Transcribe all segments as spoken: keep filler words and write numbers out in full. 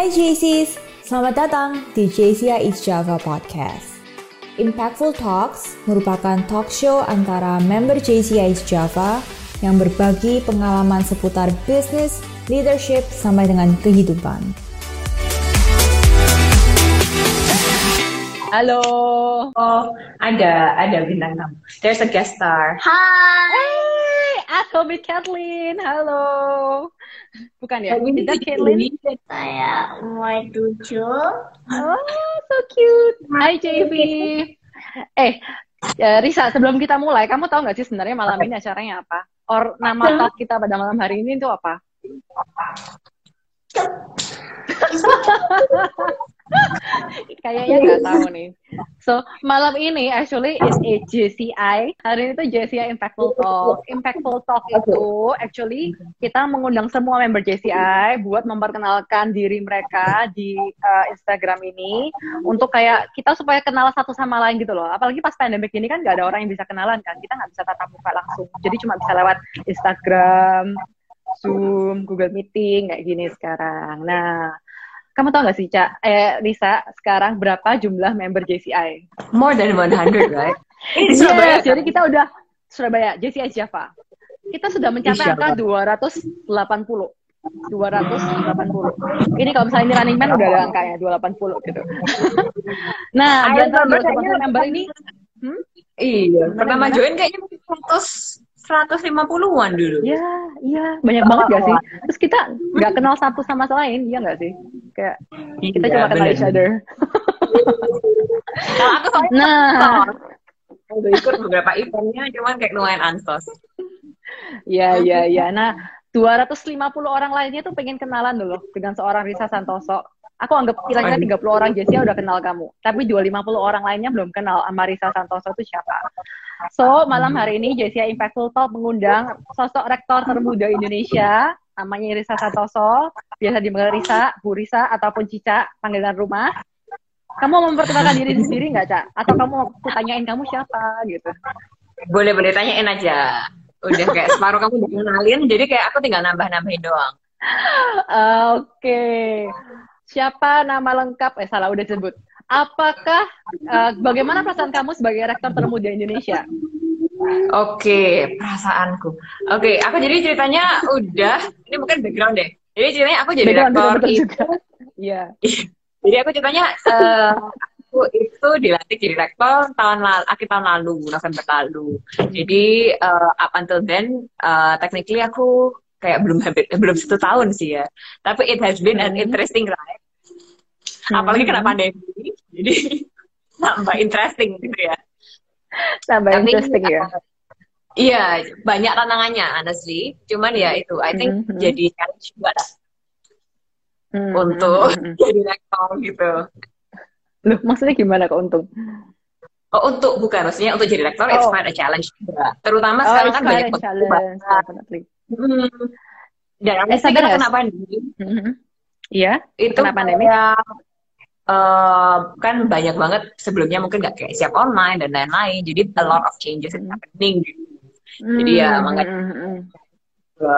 Hai J Cs, selamat datang di J C I East Java Podcast. Impactful Talks merupakan talk show antara member J C I East Java yang berbagi pengalaman seputar bisnis, leadership, sampai dengan kehidupan. Halo. Oh, ada, ada bintang tamu. There's a guest star. Hai. Hey, aku with Kathleen. Halo. Bukan ya? Is that Kathleen? Saya umur tujuh. Oh, so cute. Hai J V. Eh, uh, Risa, sebelum kita mulai, kamu tahu nggak sih sebenarnya malam ini acaranya apa? Or nama talk kita pada malam hari ini itu apa? Kayaknya nggak tahu nih. So malam ini actually is a J C I. Hari ini tuh J C I Impactful Talk. Impactful Talk itu actually kita mengundang semua member J C I buat memperkenalkan diri mereka di uh, Instagram ini untuk kayak kita supaya kenal satu sama lain gitu loh. Apalagi pas pandemic ini kan nggak ada orang yang bisa kenalan kan. Kita nggak bisa tatap muka langsung. Jadi cuma bisa lewat Instagram, Zoom, Google Meeting kayak gini sekarang. Nah, kamu tahu nggak sih, Ca, eh, Lisa, sekarang berapa jumlah member J C I? More than one hundred, right? Ini Surabaya. Yes, jadi kita udah Surabaya, J C I Java. Kita sudah mencapai angka dua ratus delapan puluh. dua ratus delapan puluh. Ini kalau misalnya ini Running Man udah ada angkanya dua ratus delapan puluh gitu. Nah, di antara dua ratus delapan puluh member ini, hmm? Iya, pertama join kayaknya seratus lima puluhan dulu. Iya, iya, banyak banget gak sih? Terus kita nggak kenal satu sama lain, iya nggak sih? Kayak kita Iya, cuma kenal bener. each other. Nah, aku soalnya Nah, udah ikut beberapa eventnya, cuman kayak lumayan ansos. iya, iya, iya. Nah, dua ratus lima puluh orang lainnya tuh pengen kenalan dulu dengan seorang Risa Santoso. Aku anggap kira-kira tiga puluh orang J C I udah kenal kamu. Tapi dua ratus lima puluh orang lainnya belum kenal sama Risa Santoso itu siapa. So, malam hari ini J C I Impactful Talk mengundang sosok rektor termuda Indonesia, namanya Risa Santoso, biasa dipanggil Risa, Bu Risa, ataupun Cica, panggilan rumah. Kamu mau memperkenalkan diri sendiri nggak, Cak? Atau kamu mau aku tanyain kamu siapa, gitu? Boleh, boleh tanyain aja. Udah kayak separuh kamu udah kenalin, jadi kayak aku tinggal nambah-nambahin doang. Oke. Siapa nama lengkap? Eh, salah, udah disebut. Apakah, uh, bagaimana perasaan kamu sebagai rektor termuda Indonesia? Oke, perasaanku. Oke, aku jadi ceritanya udah, ini mungkin background deh. Jadi ceritanya aku jadi Background rektor betul-betul itu. juga. Iya. Jadi aku ceritanya, eh, aku itu dilantik jadi rektor tahun lalu, akhir tahun lalu, November lalu. Jadi eh, up until then, eh, technically aku kayak belum habis, belum satu tahun sih ya. Tapi it has been an interesting ride. Apalagi kena pandemi, jadi tambah interesting gitu ya. Tambah Tapi, interesting ya. Iya, banyak tantangannya, honestly. Cuman ya itu, I think Mm-hmm. jadi challenge juga lah Mm-hmm. untuk jadi rektor gitu. Loh, maksudnya gimana kok untung? Oh, untuk bukan, maksudnya untuk jadi rektor, it's Oh. quite a challenge juga. Terutama Oh, sekarang it's kan quite banyak a challenge, perubahan. definitely. Hmm. Dan Eh, honestly sadar kita nggak kena sih? pandemi, Mhm. Iya, itu kena pandemi. kayak, eh, kan banyak banget sebelumnya mungkin nggak kayak siap online dan lain-lain. Jadi a lot of changes is Mhm. happening gitu. Jadi ya Mhm, makanya mhm, mhm. juga,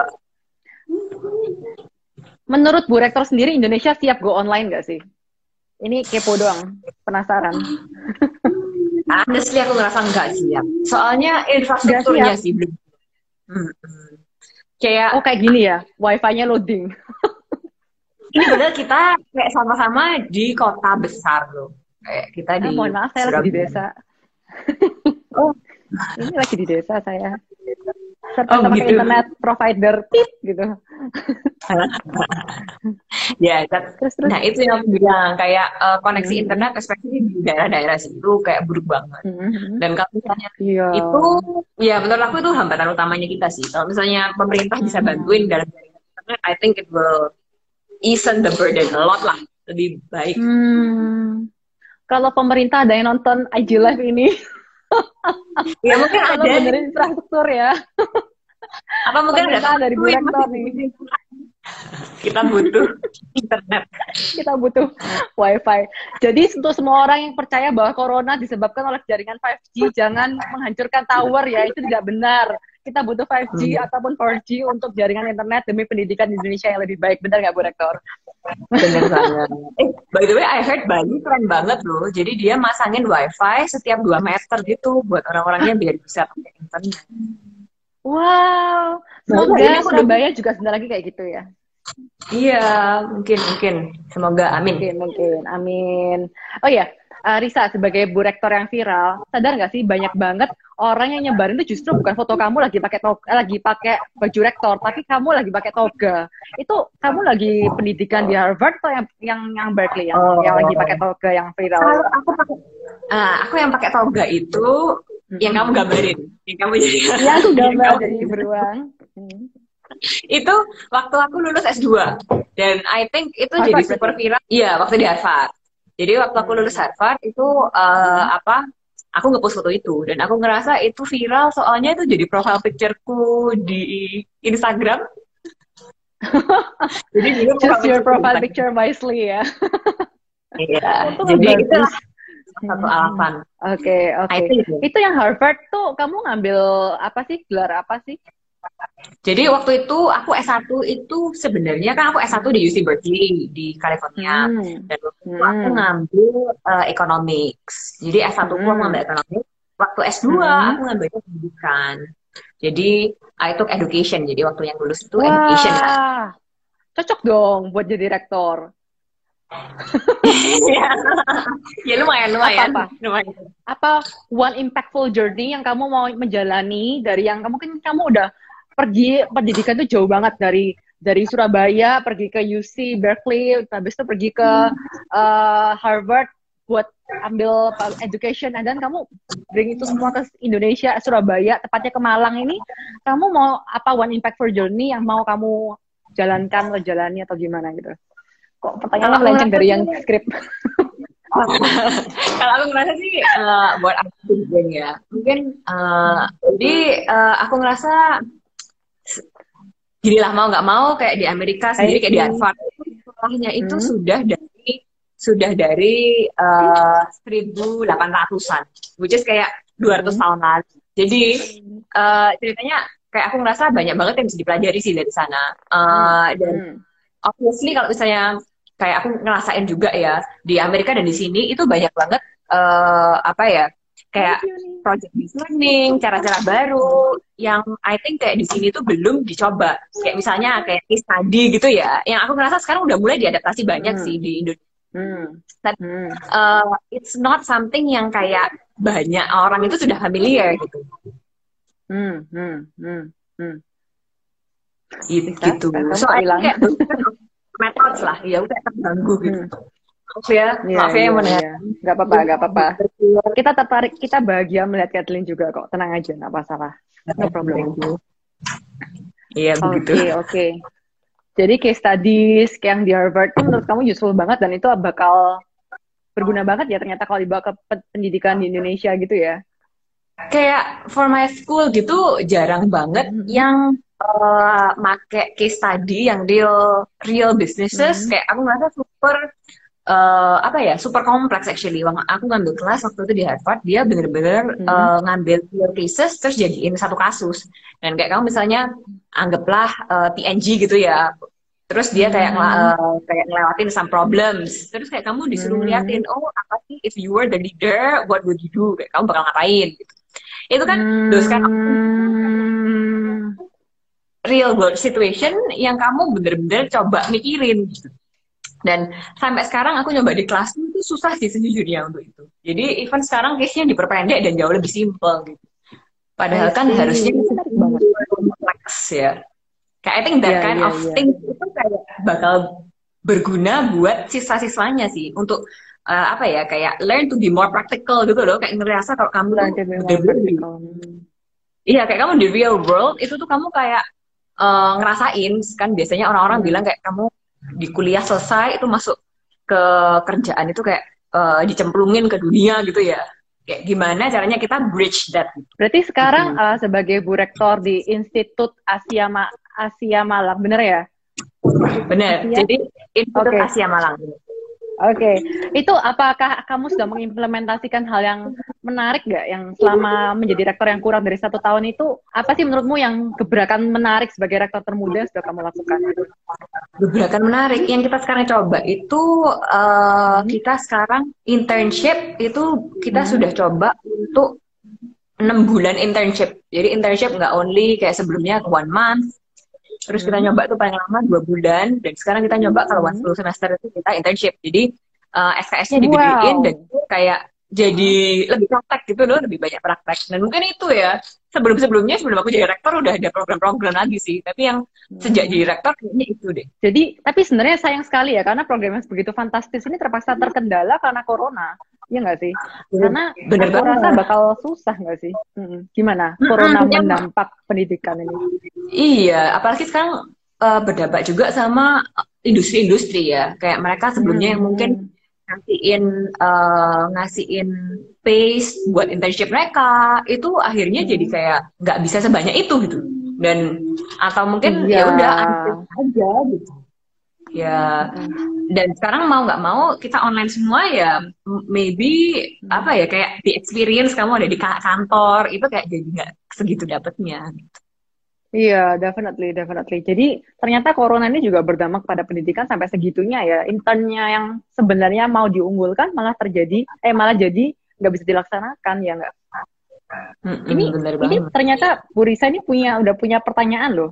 Menurut Bu Rektor sendiri, Indonesia siap go online nggak sih? Ini kepo doang, penasaran. honestly aku ngerasa nggak siap. Soalnya infrastrukturnya sih belum. Hmm. Kayak Oh, kayak gini ya, wifi-nya loading. ini benar kita kayak sama-sama di kota besar loh. Kayak kita Ah, di mohon maaf, saya lagi di Surabaya. desa. Oh, Ini lagi di desa saya. Serta Oh, pakai gitu. internet provider tip gitu. ya, kan. Terus terus. Nah itu yang aku bilang kayak eh, koneksi Mhm. internet, especially di daerah-daerah situ kayak buruk banget. Mhm. Dan kalau misalnya Iya. itu, ya menurut aku itu hambatan utamanya kita sih. Kalau misalnya pemerintah bisa Mhm. bantuin dalam jaringan internet, I think it will easen the burden a lot lah, lebih baik. Hmm. Kalau pemerintah ada yang nonton I G Live ini, Ya mungkin kalau ada, benerin infrastruktur ya. apa mungkin ada Pemerintah dari Bu teman yang Rektor masih- nih. kita butuh internet. Kita butuh wifi. Jadi untuk semua orang yang percaya bahwa corona disebabkan oleh jaringan lima G, jangan menghancurkan tower ya, itu tidak benar. Kita butuh lima G Hmm. ataupun empat G untuk jaringan internet demi pendidikan di Indonesia yang lebih baik. Benar nggak Bu Rektor? Bener banget. Eh, by the way, I heard Bali keren banget loh. Jadi dia masangin wifi setiap dua meter gitu buat orang-orangnya biar bisa pakai internet. Wow, Baru semoga hari ini aku udah- Surabaya juga sebentar lagi kayak gitu ya. Iya, mungkin mungkin. Semoga amin. Mungkin, mungkin. Amin. Oh ya, eh, Risa sebagai Bu Rektor yang viral, sadar nggak sih banyak banget orang yang nyebarin itu justru bukan foto kamu lagi pakai toga, lagi pakai baju rektor, tapi kamu lagi pakai toga. Itu kamu lagi pendidikan di Harvard atau yang yang yang Berkeley yang, Oh. yang lagi pakai toga yang viral? Kalau aku pakai, ah, aku yang pakai toga itu yang kamu gambarin, yang kamu jadi. Ya aku yang gambar kamu- jadi beruang. Hmm. Itu waktu aku lulus S dua dan I think itu Harvard jadi berarti? super viral. Iya, waktu di Harvard. Jadi waktu aku lulus Harvard itu eh, apa? Aku nge-post foto itu dan aku ngerasa itu viral soalnya itu jadi profile pictureku di Instagram. Jadi dulu Choose your profile Instagram. picture wisely ya. Iya. Itu Jadi bagus. itulah satu alasan. Oke, oke. I think. Itu yang Harvard tuh kamu ngambil apa sih? Gelar apa sih? Jadi waktu itu aku S satu itu sebenarnya kan aku S satu di U C Berkeley di California. Hmm. Dan waktu itu Hmm. aku ngambil uh, economics. Jadi S satu aku Hmm. ngambil economics. Waktu S dua Hmm. aku ngambil pendidikan. Jadi I took education. Jadi waktu yang lulus itu education kan. Wah, cocok dong buat jadi rektor. Ya lumayan, lumayan. Apa-apa? lumayan. Apa one impactful journey yang kamu mau menjalani dari yang kamu kan kamu udah pergi pendidikan tuh jauh banget dari dari Surabaya pergi ke U C Berkeley, habis itu pergi ke uh, Harvard buat ambil education, dan kamu bring itu semua ke Indonesia, Surabaya, tepatnya ke Malang ini. Kamu mau apa one impactful journey yang mau kamu jalankan atau jalani atau gimana gitu? Kok pertanyaannya melenceng dari yang skrip? Kalau aku ngerasa sih uh, buat aku juga ya mungkin uh, jadi uh, aku ngerasa ginilah mau nggak mau kayak di Amerika sendiri kayak di Harvard sekolahnya itu Hmm. sudah dari sudah dari uh, seribu delapan ratusan, which is kayak dua ratus Hmm. tahun lalu. Jadi uh, ceritanya kayak aku ngerasa banyak banget yang bisa dipelajari sih dari sana. Uh, dan Hmm. obviously kalau misalnya kayak aku ngerasain juga ya di Amerika dan di sini itu banyak banget uh, apa ya kayak project based learning, cara-cara baru yang I think kayak di sini tuh belum dicoba. Kayak misalnya kayak case study gitu ya. Yang aku ngerasa sekarang udah mulai diadaptasi banyak Hmm. sih di Indonesia. Hmm. Dan Hmm. uh, it's not something yang kayak banyak orang itu sudah familiar gitu. Hmm. Hmm. Hmm. Hmm. Gitu. Bisa, gitu. bisa, So I hilang. think kayak methods lah, ya udah terganggu gitu. Hmm. Maaf ya, Iya, maaf ya iya, yang mendengar. iya. Nggak apa-apa, nggak apa-apa. Kita tertarik, kita bahagia melihat Kathleen juga kok. Tenang aja, nggak masalah. No problem. Iya Oke, begitu. oke. Jadi case studies yang di Harvard itu menurut kamu useful banget dan itu bakal berguna banget ya ternyata kalau dibawa ke pe- pendidikan di Indonesia gitu ya. Kayak for my school gitu jarang banget Mhm. yang uh, make case study yang real real businesses. Mhm. Kayak aku ngerasa super uh, apa ya super kompleks actually. Wang- Aku ngambil kelas waktu itu di Harvard, dia bener-bener Mhm. uh, ngambil real cases terus jadiin satu kasus. Dan kayak kamu misalnya anggaplah uh, T N G gitu ya. Terus dia kayak ngela- Mhm. uh, kayak ngelewatin some problems. Terus kayak kamu disuruh Mhm. liatin, oh apa sih if you were the leader, what would you do? Kayak kamu bakal ngapain gitu. Itu kan those kind of Hmm. real world situation yang kamu bener-bener coba mikirin gitu. Dan sampai sekarang aku nyoba di kelas itu susah sih sejujurnya untuk itu. Jadi even sekarang case-nya diperpendek dan jauh lebih simple gitu. Padahal kan I see. harusnya Menarik banget. kompleks ya. Kayak I think that Iya, kind iya, of iya. thing itu kayak bakal berguna buat siswa-siswanya sih untuk uh, apa ya kayak learn to be more practical gitu loh. Kayak ngerasa kalau kamu tuh Learn to be more bener-bener di- practical. Hmm. iya kayak kamu di real world itu tuh kamu kayak uh, ngerasain kan biasanya orang-orang Hmm. bilang kayak kamu di kuliah selesai itu masuk ke kerjaan itu kayak uh, dicemplungin ke dunia gitu ya. Kayak gimana caranya kita bridge that gitu. Berarti sekarang Gitu. uh, sebagai Bu Rektor di Institut Asia Ma- Asia Malang, bener ya? Bener. Asia? Jadi Institut Oke. Asia Malang. Oke, itu apakah kamu sudah mengimplementasikan hal yang menarik nggak? Yang selama menjadi rektor yang kurang dari satu tahun itu, apa sih menurutmu yang gebrakan menarik sebagai rektor termuda yang sudah kamu lakukan? Gebrakan menarik yang kita sekarang coba itu uh, kita sekarang internship itu kita Hmm. sudah coba untuk enam bulan internship. Jadi internship nggak only kayak sebelumnya one month, terus kita Hmm. nyoba tuh paling lama dua bulan, dan sekarang kita nyoba kalau one Hmm. full semester itu kita internship. Jadi uh, S K S-nya digedein Wow. dan itu kayak jadi lebih praktek gitu loh, lebih banyak praktek. Dan mungkin itu ya, sebelum-sebelumnya sebelum aku jadi rektor udah ada program-program lagi sih, tapi yang sejak jadi rektor kayaknya itu deh. Jadi, tapi sebenarnya sayang sekali ya, karena program yang begitu fantastis ini terpaksa terkendala karena corona. Iya nggak sih? Karena Bener aku banget. rasa bakal susah nggak sih? Mm-mm. Gimana? Corona mendampak pendidikan ini? Iya, apalagi sekarang uh, berdampak juga sama industri-industri ya. Kayak mereka sebelumnya yang mungkin ngasihin uh, ngasihin pace buat internship mereka, itu akhirnya Hmm. jadi kayak nggak bisa sebanyak itu gitu. Dan atau mungkin Iya. ya udah unfit aja gitu. Ya, dan sekarang mau nggak mau kita online semua ya, m- maybe apa ya, kayak di experience kamu ada di ka- kantor itu kayak jadi nggak segitu dapetnya. Iya, definitely, definitely. Jadi ternyata corona ini juga berdampak pada pendidikan sampai segitunya ya. Internnya yang sebenarnya mau diunggulkan malah terjadi, eh malah jadi nggak bisa dilaksanakan ya nggak. Mm-mm, Ini bener ini banget. ternyata Bu Risa ini punya udah punya pertanyaan loh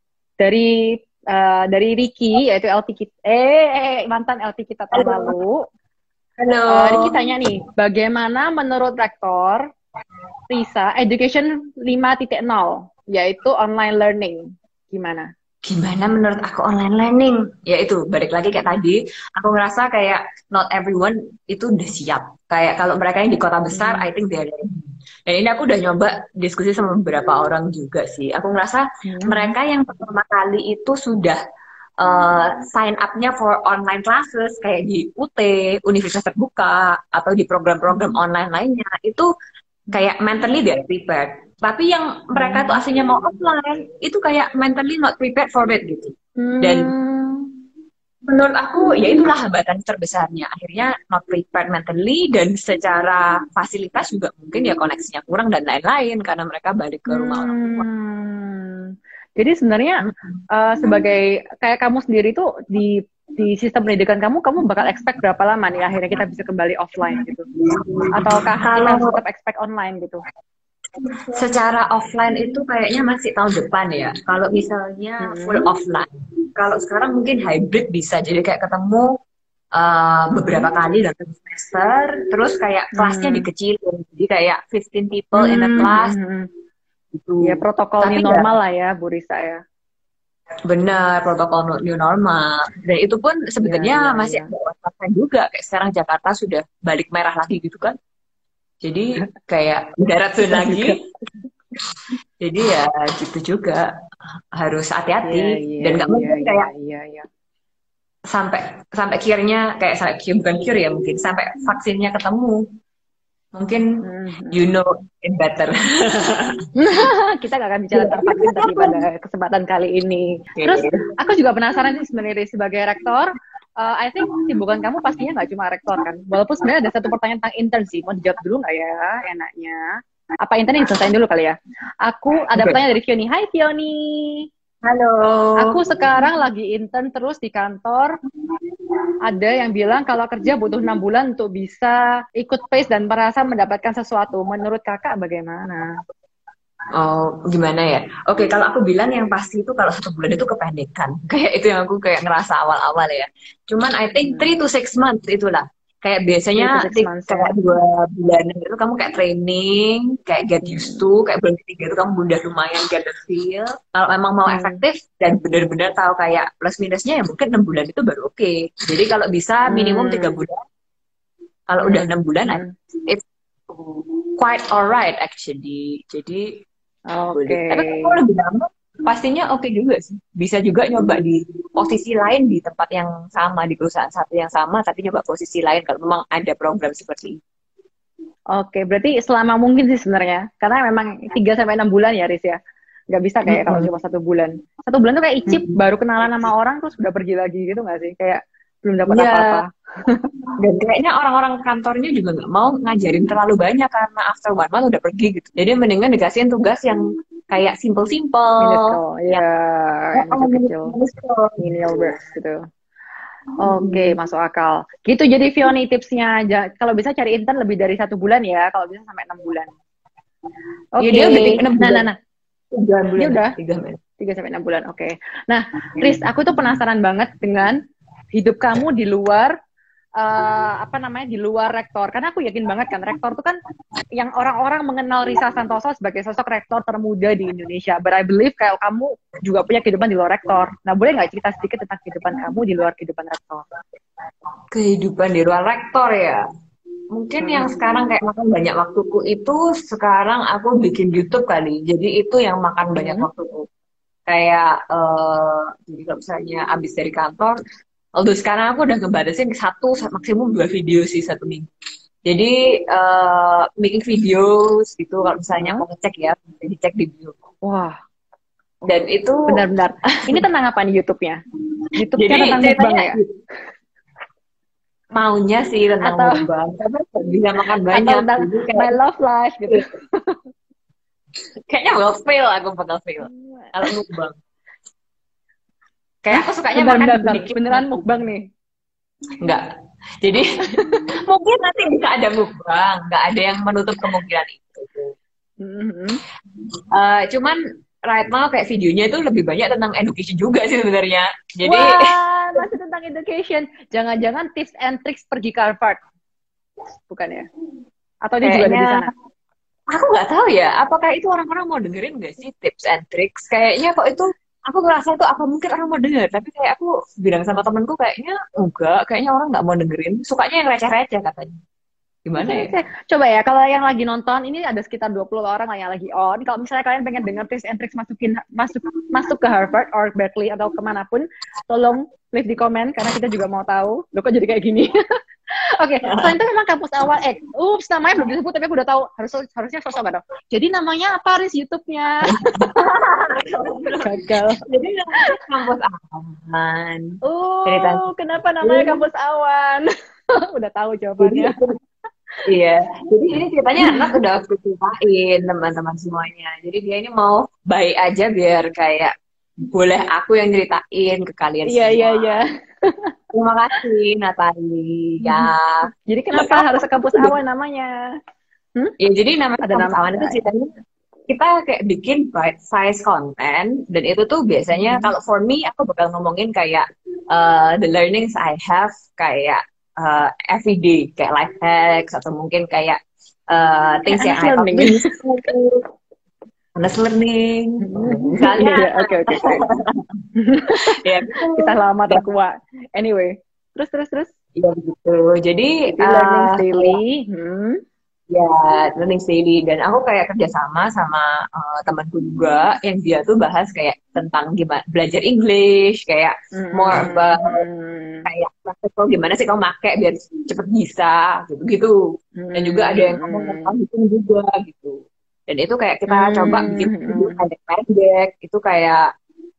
dari eh, dari Ricky, yaitu L T kita, eh, eh mantan L T kita tahun lalu. Halo. Eh, Ricky tanya nih, bagaimana menurut rektor Risa education lima titik nol, yaitu online learning, gimana? Gimana menurut aku online learning? Ya itu, balik lagi kayak tadi, aku ngerasa kayak not everyone itu udah siap. Kayak kalau mereka yang di kota besar, Hmm. I think they're ready. Dan ini aku udah nyoba diskusi sama beberapa orang juga sih. Aku ngerasa Hmm. mereka yang pertama kali itu sudah uh, sign up-nya for online classes, kayak di U T, Universitas Terbuka, atau di program-program online lainnya, itu kayak mentally they're prepared. Tapi yang mereka tuh aslinya mau offline, itu kayak mentally not prepared for it gitu. Dan Hmm. menurut aku ya itulah hambatan terbesarnya. Akhirnya not prepared mentally, dan secara fasilitas juga mungkin ya koneksinya kurang dan lain-lain karena mereka balik ke rumah orang tua. Hmm. Jadi sebenarnya uh, sebagai kayak kamu sendiri tuh di di sistem pendidikan kamu, kamu bakal expect berapa lama nih akhirnya kita bisa kembali offline gitu? Ataukah kita Kalau tetap expect online gitu? secara offline itu kayaknya masih tahun depan ya. Kalau misalnya full Hmm. offline. Kalau sekarang mungkin hybrid bisa. Jadi kayak ketemu uh, beberapa kali dalam semester, terus kayak kelasnya Hmm. dikecilin. Jadi kayak fifteen people in a Hmm. class Hmm. gitu. Ya protokol Tapi new ya normal lah ya, Bu Risa ya. benar, protokol new normal. Dan itu pun sebenarnya Iya, iya, masih iya. ada was-wasan juga. Kayak sekarang Jakarta sudah balik merah lagi gitu kan. Jadi kayak darat zone lagi. Jadi ya gitu juga. Harus Iya, hati-hati. iya, Dan nggak iya, mungkin iya, kayak iya, iya. sampai sampai akhirnya kayak sampai cure, bukan cure ya, mungkin sampai vaksinnya ketemu. Mungkin Hmm. you know it better. Kita nggak akan bicara tentang vaksin tapi pada kesempatan kali ini. Terus aku juga penasaran sih sebenarnya sebagai rektor, uh, I think kesibukan kamu pastinya nggak cuma rektor kan. Walaupun sebenarnya ada satu pertanyaan tentang intern sih, mau dijawab dulu nggak ya enaknya? Apa intern diselesain dulu kali ya? Aku ada Oke. pertanyaan dari Fioni. Hai Fioni. Halo. Aku sekarang lagi intern terus di kantor. Ada yang bilang kalau kerja butuh enam bulan untuk bisa ikut pace dan merasa mendapatkan sesuatu. Menurut kakak bagaimana? Oh, gimana ya? Oke, kalau aku bilang yang pasti itu kalau satu bulan itu kependekan. Kayak itu yang aku kayak ngerasa awal-awal ya. Cuman I think three to six months itulah. Kayak biasanya Three to six months, kayak ya. dua bulan itu kamu kayak training, kayak get used to, kayak bulan ketiga itu kamu udah lumayan get the feel. Kalau memang mau Hmm. efektif dan benar-benar tahu kayak plus minusnya ya mungkin enam bulan itu baru oke. Jadi kalau bisa minimum Hmm. tiga bulan. Kalau udah enam bulan, Hmm. it's quite alright actually. Jadi Oke. boleh. Tapi kalau lebih lama, pastinya oke juga sih. Bisa juga nyoba di posisi lain di tempat yang sama, di perusahaan satu yang sama, tapi nyoba posisi lain kalau memang ada program seperti itu. Oke, berarti selama mungkin sih sebenarnya. Karena memang tiga sampai enam bulan ya, Riz ya. Nggak bisa kayak kalau cuma satu bulan. Satu bulan tuh kayak icip, baru kenalan sama orang, terus udah pergi lagi gitu nggak sih? Kayak belum dapat Iya. apa-apa. Dan kayaknya orang-orang kantornya juga nggak mau ngajarin terlalu banyak karena after one month udah pergi gitu. Jadi mendingan dikasihin tugas yang kayak simple-simple. Minuscule, ya, yang Oh, kecil-kecil, minuscule. menial works gitu. Oke, masuk akal. Gitu jadi Vioni tipsnya. Ja- Kalau bisa cari intern lebih dari satu bulan ya. Kalau bisa sampai enam bulan. Oke. Iya, dia udah tiga- enam Nah, bulan. nah, nah. Tiga bulan. Dia udah? Tiga bulan. tiga sampai enam bulan. Oke. Nah, Riz, aku tuh penasaran banget dengan hidup kamu di luar eh, apa namanya? Di luar rektor. Karena aku yakin banget kan rektor tuh kan yang orang-orang mengenal Risa Santoso sebagai sosok rektor termuda di Indonesia. But I believe kayak kamu juga punya kehidupan di luar rektor. Nah, boleh nggak cerita sedikit tentang kehidupan kamu di luar kehidupan rektor? Kehidupan di luar rektor ya. Mungkin yang sekarang kayak makan banyak waktuku itu sekarang aku bikin YouTube kali. Jadi itu yang makan banyak Hmm. waktuku. Kayak eh jadi kalau misalnya abis dari kantor, although sekarang aku udah ngebatasin satu maksimum dua video sih satu minggu. Jadi eh making videos gitu kalau misalnya mau ngecek ya, dicek di video. Wah, Dan itu benar-benar. Ini tentang apa nih YouTube-nya? YouTube-nya jadi tentang mukbang ceritanya ya? maunya sih tentang Atau- mukbang, tapi nggak bisa makan Atau banyak. tentang Jadi kayak, my love life gitu? kayaknya bakal fail, aku bakal fail kalau mukbang. Kayak aku sukanya Bentar, makan bentar, bentar. dikit. Beneran mukbang nih? Enggak. Jadi mungkin nanti bisa ada mukbang, nggak ada yang menutup kemungkinan itu. Mhm. Eh, cuman right now kayak videonya itu lebih banyak tentang education juga sih sebenarnya. Jadi Wah, masih tentang education. Jangan-jangan tips and tricks pergi ke Harvard? Bukan ya? Atau dia juga ada di Kayaknya- sana? aku nggak tahu ya, apakah itu orang-orang mau dengerin nggak sih tips and tricks? Kayaknya kok itu aku ngerasa itu apa mungkin orang mau denger, tapi kayak aku bilang sama temenku kayaknya enggak, kayaknya orang nggak mau dengerin. Sukanya yang receh-receh katanya. Gimana ya? Oke, coba ya, kalau yang lagi nonton, ini ada sekitar dua puluh orang lah yang lagi on. Kalau misalnya kalian pengen denger tips and tricks masukin, masuk masuk ke Harvard or Berkeley atau kemanapun, tolong leave di komen, karena kita juga mau tahu. Loh, kok jadi kayak gini? Oke, selain itu memang kampus awal, eh, ups, namanya belum disebut, tapi aku udah tahu, harus harusnya sosok dong. Jadi namanya apa, Riz, YouTube-nya? Gagal. Jadi namanya kampus aman. Oh, Cerita- kenapa namanya kampus awan? Udah tahu jawabannya. Iya, jadi ini ceritanya anak udah aku ceritain teman-teman semuanya. Jadi dia ini mau baik aja biar kayak boleh aku yang ceritain ke kalian Iya, semua. iya, iya. Terima kasih Natali. Ya, Jadi kenapa harus kampus awan namanya? ya jadi namanya Ada kampus nama. awan itu ceritanya kita kayak bikin bite size content dan itu tuh biasanya kalau for me aku bakal ngomongin kayak uh, the learnings I have kayak uh, everyday kayak life hacks atau mungkin kayak uh, things Kayak yang I honest learning. Honest learning. Misalnya, Iya, oke, oke. oke. ya, Kita lama terkuat. Anyway, terus, terus, terus. ya begitu. Jadi, Jadi learning uh, daily. Hmm. ya learning daily dan aku kayak kerjasama sama uh, temanku juga yang dia tuh bahas kayak tentang gimana belajar English kayak more about Hmm. kayak practical gimana sih kamu pakai biar cepet bisa gitu gitu dan juga ada yang ngomong tentang bikin juga gitu dan itu kayak kita Hmm. coba bikin video pendek-pendek itu kayak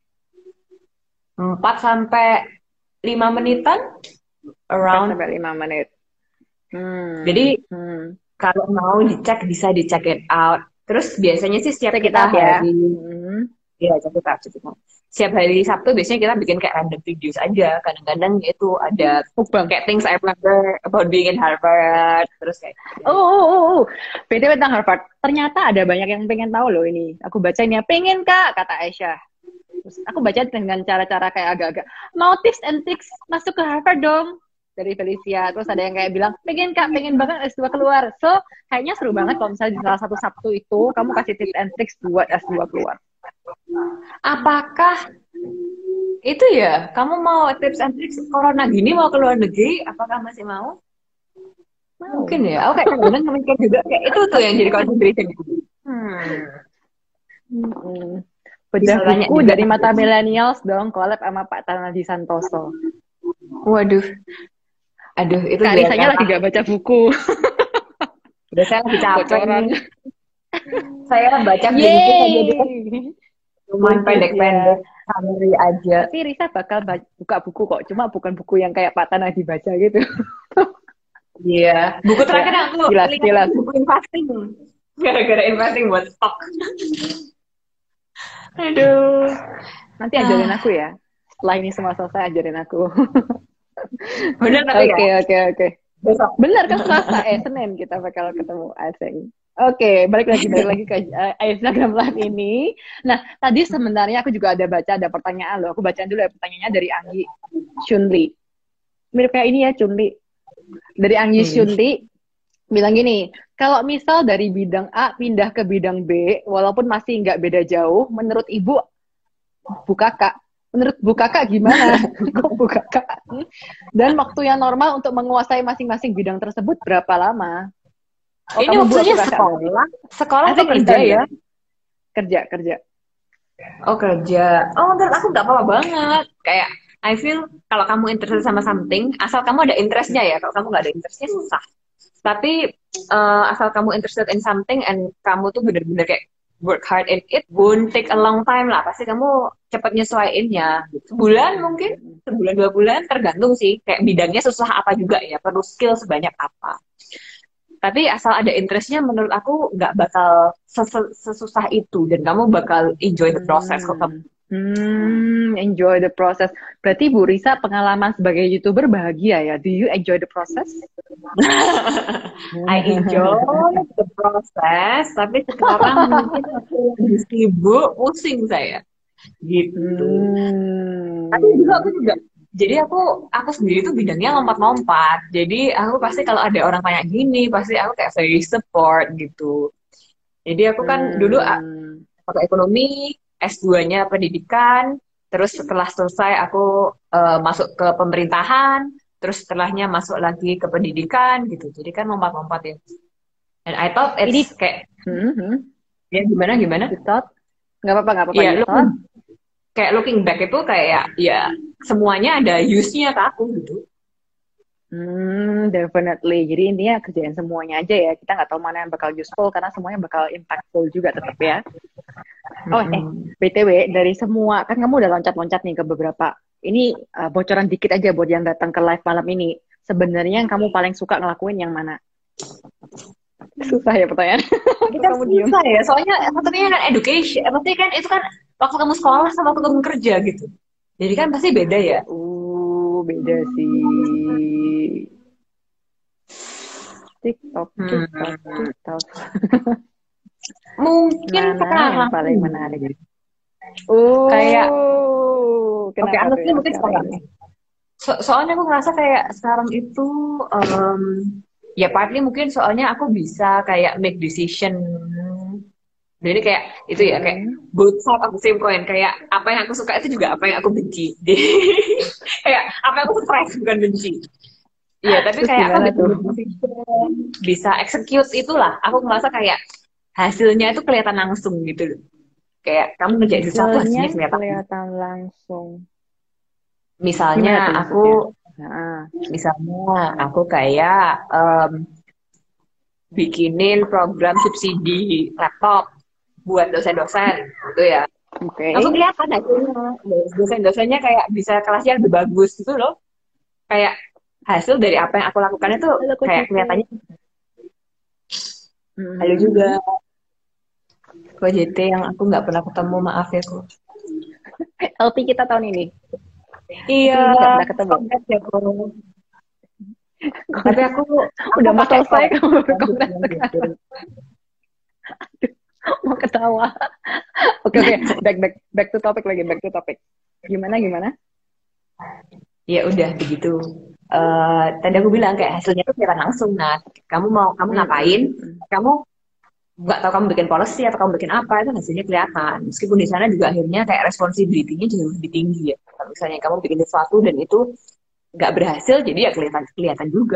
empat sampai lima menitan around Sampai lima menit. Hmm. Jadi, hmm. kalau mau dicek bisa dicek it out. Terus biasanya sih setiap Check it kita out ya. hari, Hmm. ya check it out, check it out. Setiap hari Sabtu biasanya kita bikin kayak random videos aja. Kadang-kadang itu ada Mukbang. kayak things I remember about being in Harvard. Terus kayak Oh, oh, oh, oh. B T W tentang Harvard. Ternyata ada banyak yang pengen tahu loh ini. Aku baca ini, pengen kak, kata Aisyah. Terus aku baca dengan cara-cara kayak agak-agak, mau tips and tricks masuk ke Harvard dong. Dari Felicia. Terus ada yang kayak bilang, pengen kak, pengen banget S dua keluar. So, kayaknya seru banget kalau misalnya di salah satu Sabtu itu, kamu kasih tips and tricks buat S dua keluar. apakah itu ya? Kamu mau tips and tricks corona gini mau ke luar negeri? Apakah masih mau? Mungkin ya. Oke, kadang-kadang mikir juga kayak itu tuh yang jadi concentration. Hmm. Hmm. Bedah Bisa tanya buku juga. dari mata millennials dong, collab sama Pak Tanadi Santoso. Waduh. Aduh, itu Kak biar Risanya kata- lagi gak baca buku. Udah saya lagi capek Bocoran. nih. Saya baca buku aja deh. Yeay. Cuman Which is, pendek-pendek, ya. summary aja. Tapi Risa bakal ba- buka buku kok, cuma bukan buku yang kayak Pak Tanah dibaca gitu. Iya. Buku terakhir Ya, yang aku jelas, lihat jelas. itu buku investing. Gara-gara investing buat stok. Aduh. Nanti ajarin Ah. aku ya. Setelah ini semua selesai, ajarin aku. Bener tapi Oke, ya. oke, oke. Besok. Benar kan Selasa, eh Senin kita bakal ketemu asing. Oke, balik lagi balik lagi ke uh, Instagram Live ini. Nah, tadi sebenarnya aku juga ada baca ada pertanyaan loh. Aku bacain dulu ya pertanyaannya dari Anggi Chunli. Mirip kayak ini ya Chunli. Dari Anggi Hmm. Chunli bilang gini, kalau misal dari bidang A pindah ke bidang B, walaupun masih nggak beda jauh, menurut Ibu, Bu Kakak, menurut Bu Kakak gimana? Kok Bu Kakak? Dan waktu yang normal untuk menguasai masing-masing bidang tersebut berapa lama? Oh, Ini kamu Bu maksudnya atau kakak? sekolah? Sekolah I atau think kerja intern ya? deh. Kerja, kerja. Oh kerja. Oh menurut aku nggak apa-apa banget. Kayak I feel kalau kamu interested sama something, asal kamu ada interestnya ya. Kalau kamu nggak ada interestnya susah. Tapi uh, asal kamu interested in something and kamu tuh bener-bener kayak work hard in it, won't take a long time lah. Pasti kamu cepet nyesuaiinnya. Sebulan mungkin, sebulan dua bulan tergantung sih. Kayak bidangnya susah apa juga ya. Perlu skill sebanyak apa. Tapi asal ada interestnya, menurut aku nggak bakal ses- sesusah itu dan kamu bakal enjoy the process kok kamu. Hmm, enjoy the process. Berarti Bu Risa pengalaman sebagai YouTuber bahagia ya? Do you enjoy the process? I enjoy the process, tapi sekarang mungkin aku lebih sibuk, pusing saya, gitu. Hmm. Tapi juga aku juga, jadi aku aku sendiri tuh bidangnya lompat-lompat. Jadi aku pasti kalau ada orang tanya gini, pasti aku kayak very support gitu. Jadi aku kan dulu Hmm. pakai ekonomi, S dua-nya pendidikan, terus setelah selesai aku uh, masuk ke pemerintahan, terus setelahnya masuk lagi ke pendidikan gitu. Jadi kan lompat-lompat ya. And I thought it's Ini kayak hmm, ya gimana gimana? you thought? Nggak apa-apa, nggak apa-apa. Iya, You look, thought? kayak looking back itu kayak ya semuanya ada use-nya ke aku gitu. Hmm, definitely. Jadi intinya kerjain semuanya aja ya. Kita nggak tahu mana yang bakal useful karena semuanya bakal impactful juga tetap ya. Oh, eh, B T W dari semua kan kamu udah loncat-loncat nih ke beberapa. Ini uh, bocoran dikit aja buat yang datang ke live malam ini. Sebenarnya yang kamu paling suka ngelakuin yang mana? Susah ya pertanyaan. Itu kan Kamu diem. susah ya, soalnya maksudnya kan education, maksudnya kan itu kan waktu kamu sekolah sama waktu kamu kerja gitu. Jadi kan pasti beda ya. Uh, beda sih. TikTok, Hmm. TikTok, TikTok. Mungkin Mana sekarang. yang paling menarik? Uh, Kayak, kenapa oke, tuh honestly yang mungkin sekarang sekarang. ini? So- soalnya aku ngerasa kayak sekarang itu, um, ya partly mungkin soalnya aku bisa kayak make decision. Jadi kayak itu ya kayak Hmm. both side of the same coin. Kayak apa yang aku suka itu juga apa yang aku benci. Jadi kayak apa yang aku stres bukan benci. Iya, tapi Terus kayak aku gimana bisa tuh? make decision, bisa execute itulah. Aku merasa kayak hasilnya itu kelihatan langsung gitu loh. Kayak kamu ngerjain sesuatu Hasilnya hasilnya kelihatan. kelihatan langsung. Misalnya Gimana tuh aku, maksudnya? Nah, misalnya aku kayak um, bikinin program subsidi laptop buat dosen-dosen gitu ya. oke. Langsung kelihatan hasilnya. Dosen-dosennya kayak bisa kelasnya lebih bagus gitu loh. Kayak hasil dari apa yang aku lakukan itu Halo, Coach kayak Ike. kelihatannya. Hmm. Halo juga. Ko J T yang aku nggak pernah ketemu, maaf ya Ko. L P kita tahun ini. Iya. Ini nggak pernah ketemu. Kongres ya Ko. Tapi aku Udah mau pakai selesai kok. kamu berkongres sekarang. Mau ketawa. Oke oke, back back back to topic lagi, back to topic. Gimana gimana? Ya udah begitu. Eh tadi aku bilang kayak hasilnya tuh kelihatan langsung. Nah, kamu mau kamu ngapain? Kamu nggak tahu kamu bikin policy atau kamu bikin apa, itu hasilnya kelihatan. Meskipun di sana juga akhirnya kayak responsibility-nya jauh lebih tinggi ya. Kalau misalnya kamu bikin sesuatu dan itu nggak berhasil, jadi ya kelihatan kelihatan juga.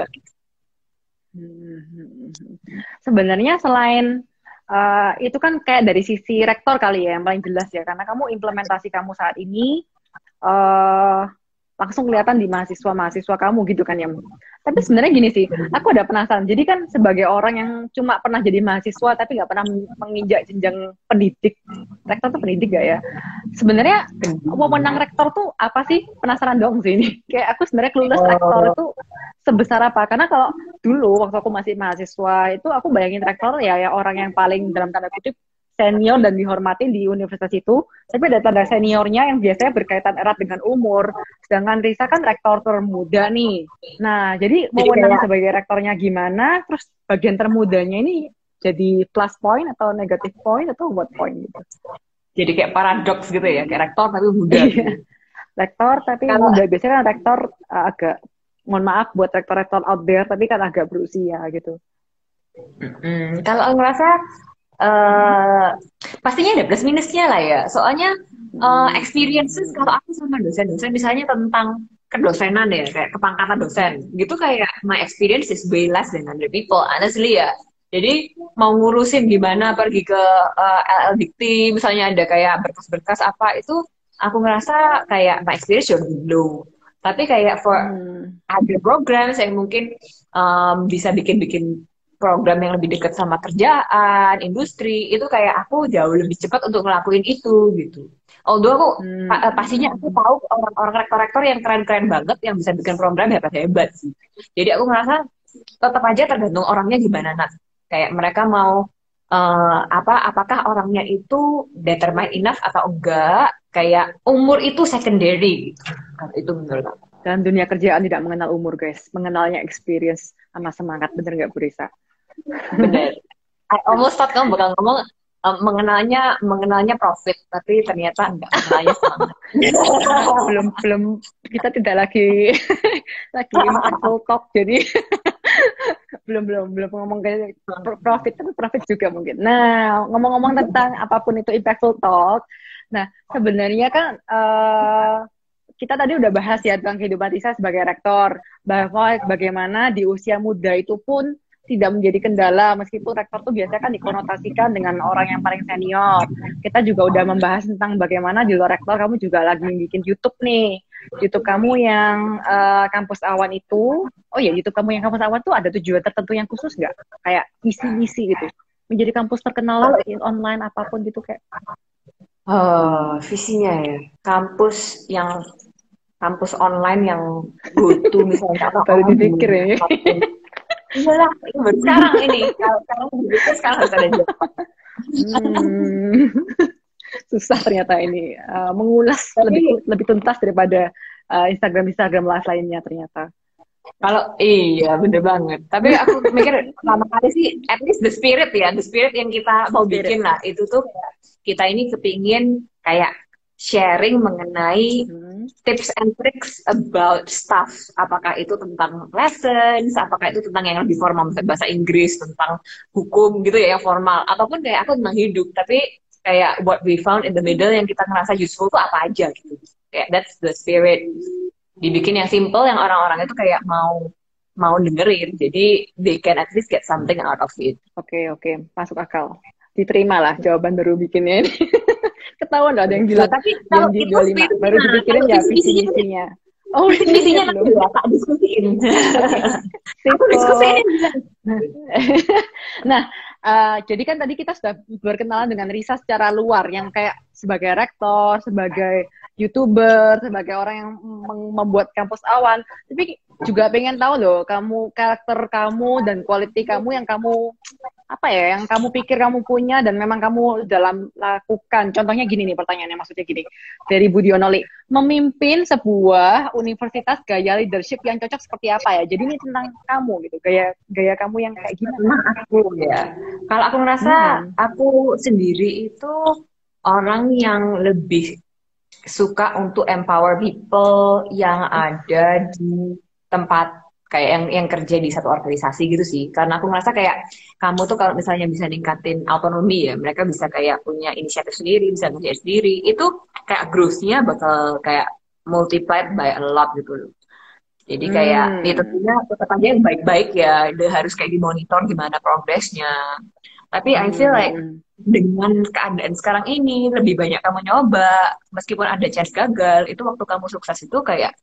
Hmm. Sebenarnya selain uh, itu kan kayak dari sisi rektor kali ya yang paling jelas ya, karena kamu implementasi kamu saat ini uh, langsung kelihatan di mahasiswa-mahasiswa kamu gitu kan ya. Tapi sebenarnya gini sih, aku ada penasaran. Jadi kan sebagai orang yang cuma pernah jadi mahasiswa tapi nggak pernah menginjak jenjang pendidik, rektor tuh pendidik gak ya? Sebenarnya wewenang rektor tuh apa sih? Penasaran dong sih ini. Kayak aku sebenarnya kelulus rektor itu sebesar apa? Karena kalau dulu waktu aku masih mahasiswa itu aku bayangin rektor ya, ya orang yang paling dalam tanda kutip senior dan dihormati di universitas itu, tapi ada tanda seniornya yang biasanya berkaitan erat dengan umur. Sedangkan Risa kan rektor termuda nih. Nah, jadi wewenang sebagai rektornya gimana? Terus bagian termudanya ini jadi plus point atau negative point atau what point gitu? Jadi kayak paradoks gitu ya, kayak rektor tapi muda. Gitu. Rektor tapi Kalau, muda. Biasanya kan rektor uh, agak, mohon maaf buat rektor-rektor out there, tapi kan agak berusia gitu. Hmm, kalau ngerasa Uh, pastinya ada plus minusnya lah ya. Soalnya uh, experiences kalau aku sama dosen-dosen misalnya tentang kedosenan ya, kayak kepangkatan dosen gitu, kayak my experience is way less than other people honestly ya. Jadi mau ngurusin gimana pergi ke uh, L L Dikti misalnya ada kayak berkas-berkas apa itu, aku ngerasa kayak my experience jauh lebih low. Tapi kayak for hmm. other programs yang mungkin um, bisa bikin-bikin program yang lebih dekat sama kerjaan, industri, itu kayak aku jauh lebih cepat untuk ngelakuin itu gitu. Although aku hmm. pa pastinya aku tahu orang-orang rektor-rektor yang keren-keren banget yang bisa bikin program hebat-hebat sih. Jadi aku ngerasa tetap aja tergantung orangnya gimana, Nat. Kayak mereka mau uh, apa apakah orangnya itu determined enough atau enggak, kayak umur itu secondary gitu. Itu menurut aku. Dan dunia kerjaan tidak mengenal umur, guys. Mengenalnya experience sama semangat. Bener nggak, Bu Risa? Bener. I almost thought kamu bakal ngomong um, mengenalnya mengenalnya profit, tapi ternyata enggak, mengenalnya semangat. belum belum kita tidak lagi lagi impactful talk, jadi belum belum belum ngomong kayak profit, tapi profit juga mungkin. Nah, ngomong-ngomong tentang apapun itu impactful talk. Nah, sebenarnya kan uh, kita tadi udah bahas ya tentang kehidupan Risa sebagai rektor, bahwa bagaimana di usia muda itu pun tidak menjadi kendala, meskipun rektor tuh biasanya kan dikonotasikan dengan orang yang paling senior. Kita juga udah membahas tentang bagaimana di luar rektor kamu juga lagi bikin YouTube nih. YouTube kamu yang uh, kampus awan itu, oh ya YouTube kamu yang kampus awan tuh ada tujuan tertentu yang khusus nggak? Kayak misi-misi gitu, menjadi kampus terkenal in online apapun gitu kayak. Oh, visinya ya, kampus yang kampus online yang go to misalnya apa baru dipikir ya. Iya lah, baru sekarang ini. Kalau sekarang berpikir sekarang harus ada jawaban. Hmm. Susah ternyata ini uh, mengulas lebih lebih tuntas daripada uh, Instagram Instagram live lainnya ternyata. Kalau iya bener banget. Tapi aku mikir pertama kali sih at least the spirit ya, the spirit yang kita mau bikin lah itu tuh kita ini kepingin kayak sharing mengenai hmm. tips and tricks about stuff. Apakah itu tentang lessons, apakah itu tentang yang lebih formal, bahasa Inggris, tentang hukum gitu ya, yang formal. Ataupun kayak aku tentang hidup, tapi kayak what we found in the middle yang kita ngerasa useful tuh apa aja gitu. Kayak that's the spirit. Dibikin yang simple, yang orang-orang itu kayak mau mau dengerin. Jadi they can at least get something out of it. Oke, okay, oke. Okay. Masuk akal. Diterima lah jawaban baru bikinnya ini. Ketahuan loh ada yang bilang, tapi yang di dua puluh lima baru dipikirin ya visi-misinya. Oh, visi-misinya nanti ya, tak diskusiin. Aku diskusiin. Nah, uh, jadi kan tadi kita sudah berkenalan dengan Risa secara luar, yang kayak sebagai rektor, sebagai YouTuber, sebagai orang yang membuat kampus awan. Tapi juga pengen tahu loh, kamu karakter kamu dan quality kamu yang kamu apa ya, yang kamu pikir kamu punya dan memang kamu dalam lakukan. Contohnya gini nih pertanyaannya, maksudnya gini. Dari Budiono Li, memimpin sebuah universitas gaya leadership yang cocok seperti apa ya? Jadi ini tentang kamu gitu, gaya gaya kamu yang kayak gimana? Aku ya. Kalau aku ngerasa hmm. aku sendiri itu orang yang lebih suka untuk empower people yang ada di tempat kayak yang yang kerja di satu organisasi gitu sih. Karena aku ngerasa kayak kamu tuh kalau misalnya bisa ningkatin autonomi ya, mereka bisa kayak punya inisiatif sendiri, bisa kerja sendiri, itu kayak growth-nya bakal kayak multiplied by a lot gitu loh. Jadi kayak hmm. ya tentunya tetap aja yang baik-baik ya, udah harus kayak dimonitor gimana progresnya. Tapi hmm. I feel like dengan keadaan sekarang ini lebih banyak kamu nyoba, meskipun ada chance gagal, itu waktu kamu sukses itu kayak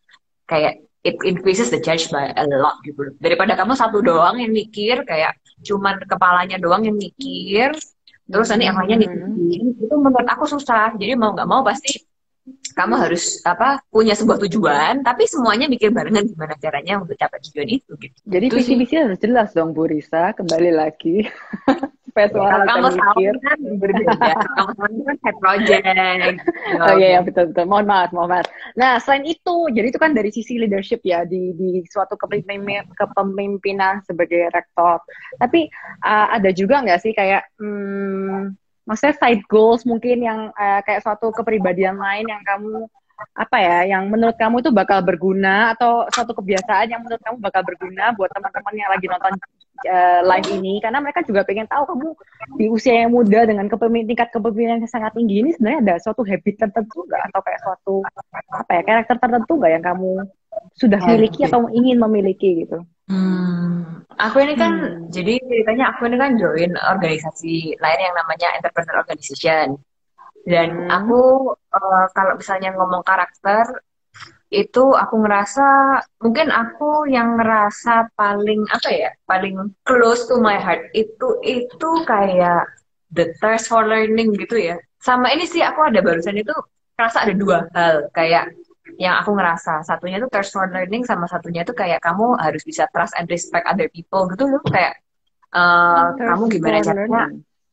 kayak it increases the charge by a lot gitu loh. Daripada kamu satu doang yang mikir, kayak cuman kepalanya doang yang mikir, terus nanti yang lainnya ngikutin, itu menurut aku susah. Jadi mau nggak mau pasti kamu harus apa punya sebuah tujuan, tapi semuanya mikir barengan gimana caranya untuk capai tujuan itu. Gitu. Jadi Itu visi sih. misi harus jelas dong Bu Risa, kembali lagi. Supaya semua Kalau orang kamu bisa tahu mikir. kan berbeda. Kalau kamu tahu kan side project. Gitu. Oh iya, ya, betul betul. Mohon maaf, mohon maaf. Nah, selain itu, jadi itu kan dari sisi leadership ya di di suatu kepemimpinan, kepemimpinan sebagai rektor. Tapi uh, ada juga nggak sih kayak hmm, maksudnya side goals mungkin yang uh, kayak suatu kepribadian lain yang kamu apa ya, yang menurut kamu itu bakal berguna atau suatu kebiasaan yang menurut kamu bakal berguna buat teman-teman yang lagi nonton uh, live ini, karena mereka juga pengen tahu kamu di usia yang muda dengan kepemimpinan tingkat kepemimpinan yang sangat tinggi ini sebenarnya ada suatu habit tertentu nggak atau kayak suatu apa ya karakter tertentu nggak yang kamu sudah miliki atau ingin memiliki gitu? Hmm, aku ini kan Hmm. jadi ceritanya aku ini kan join organisasi lain yang namanya Entrepreneur Organization. Dan Hmm. aku uh, kalau misalnya ngomong karakter itu aku ngerasa mungkin aku yang ngerasa paling apa ya paling close to my heart itu itu kayak the thirst for learning gitu ya. Sama ini sih aku ada barusan itu ngerasa ada dua hal kayak yang aku ngerasa satunya itu thirst for learning sama satunya itu kayak kamu harus bisa trust and respect other people gitu loh kayak uh, kamu gimana caranya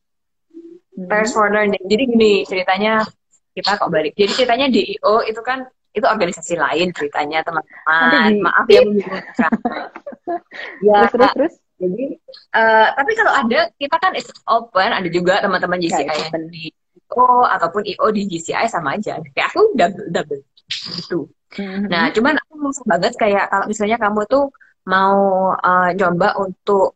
thirst for learning. Jadi gini ceritanya kita kok balik. Jadi ceritanya D I O itu kan itu organisasi lain ceritanya teman-teman. Di... Maaf ya membingungkan. Ya terus terus terus. Jadi uh, tapi kalau ada kita kan it's open ada juga teman-teman J C I Ya, yang di I O ataupun I O di J C I sama aja. Kayak aku double double gitu. Mm-hmm. Nah, cuman aku merasa banget kayak kalau misalnya kamu tuh mau uh, coba untuk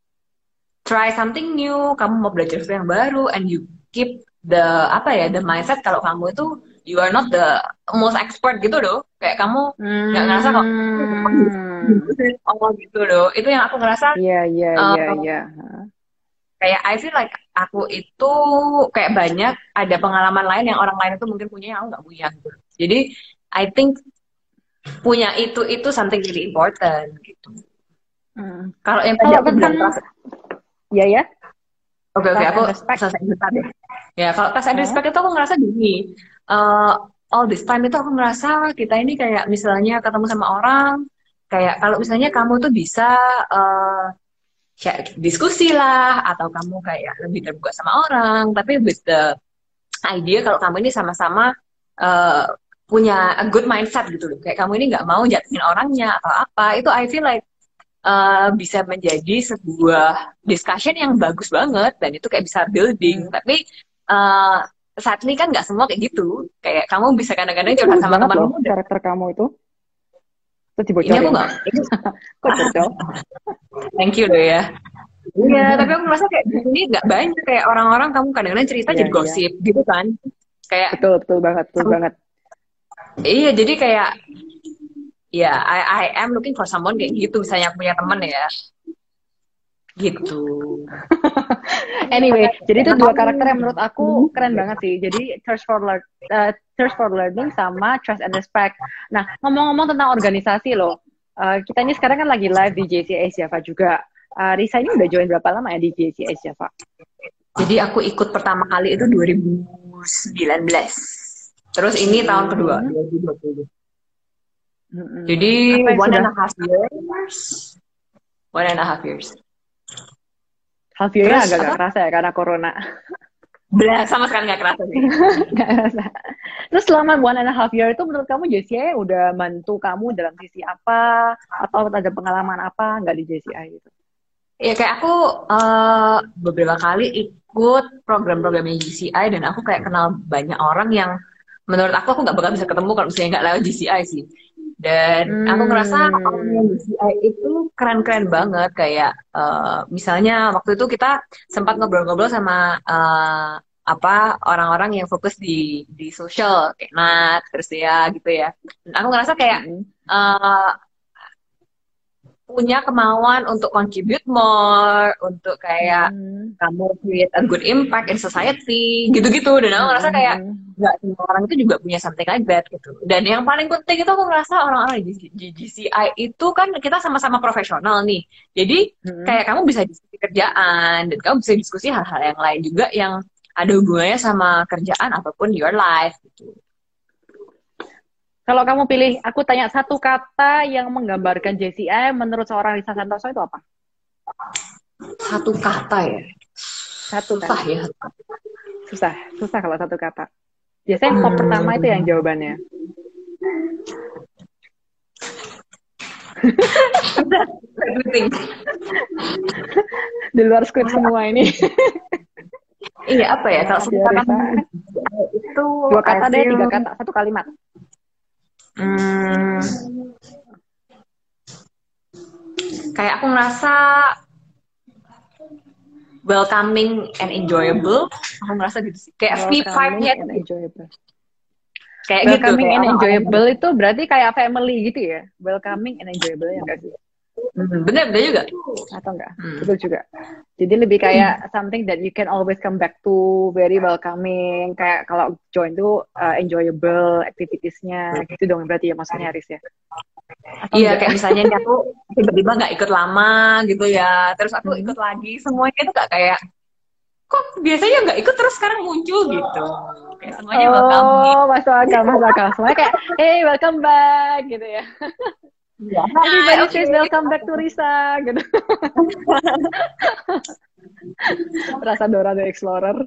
try something new, kamu mau belajar sesuatu yang baru, and you keep the apa ya the mindset kalau kamu itu you are not the most expert gitu loh, kayak kamu nggak mm. ngerasa kok oh gitu loh, itu yang aku ngerasa. Iya iya iya iya. Kayak I feel like aku itu kayak banyak ada pengalaman lain yang orang lain itu mungkin punya yang aku nggak punya gitu. Jadi I think punya itu itu something really important gitu. Hmm. Kalau yang tadi aku bilang trust, ya ya. Oke oke aku selesai bentar deh. Ya kalau trust and respect itu aku ngerasa gini, uh, all this time itu aku ngerasa kita ini kayak misalnya ketemu sama orang, kayak kalau misalnya kamu tuh bisa uh, diskusi lah, atau kamu kayak lebih terbuka sama orang, tapi with the idea kalau kamu ini sama-sama uh, punya a good mindset gitu loh, kayak kamu ini nggak mau jatuhin orangnya atau apa, itu I feel like uh, bisa menjadi sebuah discussion yang bagus banget, dan itu kayak bisa building, hmm. tapi uh, saat ini kan nggak semua kayak gitu, kayak kamu bisa kadang-kadang curhat sama temanmu. Karakter kamu itu ini aku nggak kok cocok. Thank you loh ya. Iya, tapi aku merasa kayak di sini nggak banyak kayak orang-orang kamu kadang-kadang cerita yeah, jadi gosip yeah. gitu kan. Kayak betul betul banget, betul sama, banget. Iya, jadi kayak ya yeah, I I am looking for someone kayak gitu, misalnya punya temen ya. Gitu. Anyway, jadi itu dua karakter yang menurut aku keren banget sih. Jadi thirst for learn, uh, thirst for learning sama trust and respect. Nah, ngomong-ngomong tentang organisasi loh, uh, kita ini sekarang kan lagi live di J C I Java juga. Uh, Risa ini udah join berapa lama ya di J C I Java? Jadi aku ikut pertama kali itu dua ribu sembilan belas. Terus ini hmm. tahun kedua dua ribu dua puluh. Hmm. Jadi one and a half years. One and a half years. Half year-nya agak gak kerasa ya karena corona. Belah, sama sekali gak kerasa sih. Gak kerasa. Terus selama one and a half year itu menurut kamu J C I udah bantu kamu dalam sisi apa? Atau ada pengalaman apa nggak di J C I gitu? Ya kayak aku uh, beberapa kali ikut program-programnya J C I, dan aku kayak kenal banyak orang yang menurut aku aku nggak bakal bisa ketemu kalau misalnya nggak lewat J C I sih. Dan hmm. aku ngerasa orang J C I itu keren-keren banget, kayak uh, misalnya waktu itu kita sempat ngobrol-ngobrol sama uh, apa orang-orang yang fokus di di sosial kayak Nat, terus ya gitu ya. Dan aku ngerasa kayak uh, punya kemauan untuk contribute more, untuk kayak Hmm. kamu create a good impact in society, gitu-gitu. Dan aku ngerasa kayak Hmm. nggak semua orang itu juga punya something like that gitu. Dan yang paling penting itu aku ngerasa orang-orang di di G C I itu kan kita sama-sama profesional nih. Jadi Hmm. kayak kamu bisa diskusi kerjaan dan kamu bisa diskusi hal-hal yang lain juga yang ada hubungannya sama kerjaan ataupun your life gitu. Kalau kamu pilih, aku tanya satu kata yang menggambarkan J C I menurut seorang Risa Santoso itu apa? Satu kata ya. Satu Susah kan? ya. Susah, susah kalau satu kata. Biasanya yang top pertama itu yang jawabannya. Everything. Di luar skrip semua ini. Iya apa ya? Kalau Maaf satu ya, kata Risa. itu Dua kata I deh, feel- tiga kata, satu kalimat. Hmm, kayak aku ngerasa welcoming and enjoyable. Aku ngerasa gitu sih. Kayak Welcoming vibe-nya and tuh enjoyable. kayak gitu. Welcoming Kayak and orang-orang- enjoyable itu berarti kayak family gitu ya? Welcoming and enjoyable ya enggak sih? Hmm, bener bener juga. Atau enggak? Hmm. Betul juga. Jadi lebih kayak something that you can always come back to, very welcoming. Kayak kalau join tuh uh, enjoyable activities-nya gitu dong berarti ya maksudnya Aris ya? Atau Iya, enggak? kayak misalnya nih aku tiba-tiba nggak ikut lama gitu ya, terus aku Hmm. ikut lagi, semuanya itu nggak kayak, kok biasanya nggak ikut terus sekarang muncul gitu. Kayak semuanya welcoming. Oh, masuk akal, masuk akal. Semuanya kayak, hey, welcome back, gitu ya. Iya. Everybody Oke. says welcome back to Risa, gitu. Rasa Dora the Explorer.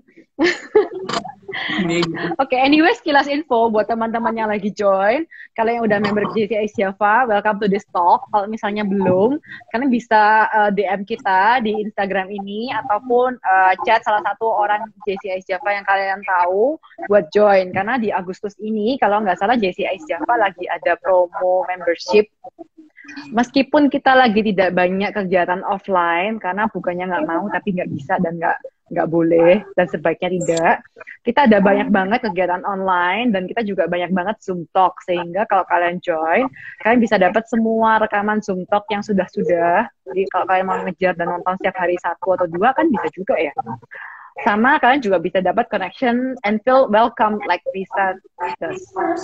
Oke, anyway, sekilas info buat teman-teman yang lagi join. Kalau yang udah member J C I Java, welcome to this talk. Kalau misalnya belum, kalian bisa uh, D M kita di Instagram ini ataupun uh, chat salah satu orang J C I Java yang kalian tahu buat join. Karena di Agustus ini, kalau nggak salah J C I Java lagi ada promo membership. Meskipun kita lagi tidak banyak kegiatan offline, karena bukannya nggak mau tapi nggak bisa dan nggak nggak boleh dan sebaiknya tidak. Kita ada banyak banget kegiatan online dan kita juga banyak banget Zoom Talk, sehingga kalau kalian join, kalian bisa dapat semua rekaman Zoom Talk yang sudah-sudah. Jadi kalau kalian mau ngejar dan nonton setiap hari satu atau dua kan bisa juga ya. Sama kalian juga bisa dapat connection and feel welcome like Risa does.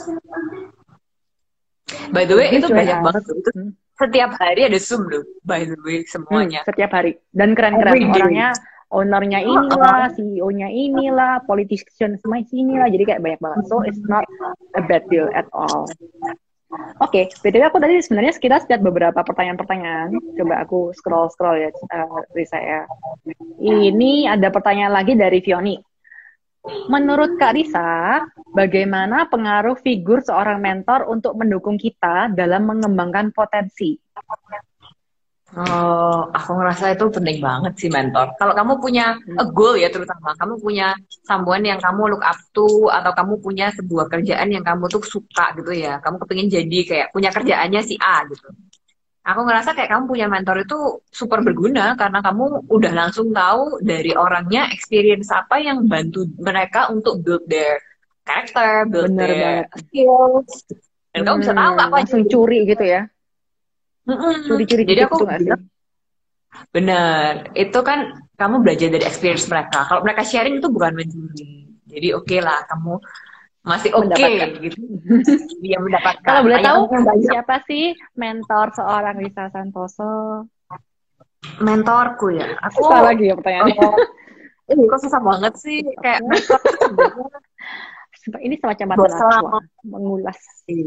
By the way, Please itu join banyak us. banget loh. Itu Hmm. setiap hari ada Zoom loh, by the way, semuanya. Hmm, setiap hari. Dan keren-keren. Every day. Orangnya, ownernya inilah, C E O-nya inilah, politician semua inilah. Jadi kayak banyak banget. So, it's not a bad deal at all. Oke, B T W aku tadi sebenarnya kita lihat beberapa pertanyaan-pertanyaan. Coba aku scroll-scroll ya, uh, dari saya. Ini ada pertanyaan lagi dari Fioni. Menurut Kak Risa, bagaimana pengaruh figur seorang mentor untuk mendukung kita dalam mengembangkan potensi? Oh, aku ngerasa itu penting banget sih mentor. Kalau kamu punya a goal ya, terutama kamu punya someone yang kamu look up to, atau kamu punya sebuah kerjaan yang kamu tuh suka gitu ya, kamu kepingin jadi kayak punya kerjaannya si A gitu. Aku ngerasa kayak kamu punya mentor itu super berguna karena kamu udah langsung tahu dari orangnya experience apa yang bantu mereka untuk build their character, build Bener their banget. skills, dan kamu bisa tahu Hmm, apa langsung aja. curi gitu ya. Mm-mm. Curi-curi Jadi gitu aku gitu nggak sih? bilang, bener, itu kan kamu belajar dari experience mereka. Kalau mereka sharing itu bukan mencuri. Jadi oke lah, kamu masih oke Mendapatkan. gitu. Dia mendapatkan. Kalau boleh Tanya tahu, yang banyak. siapa sih mentor seorang Risa Santoso? Mentorku ya. Aku Susah lagi ya pertanyaannya. oh, ini kok susah banget sih. Kayak mentor tuh sebenarnya Ini semacam mata bos lama. najwa, mengulas.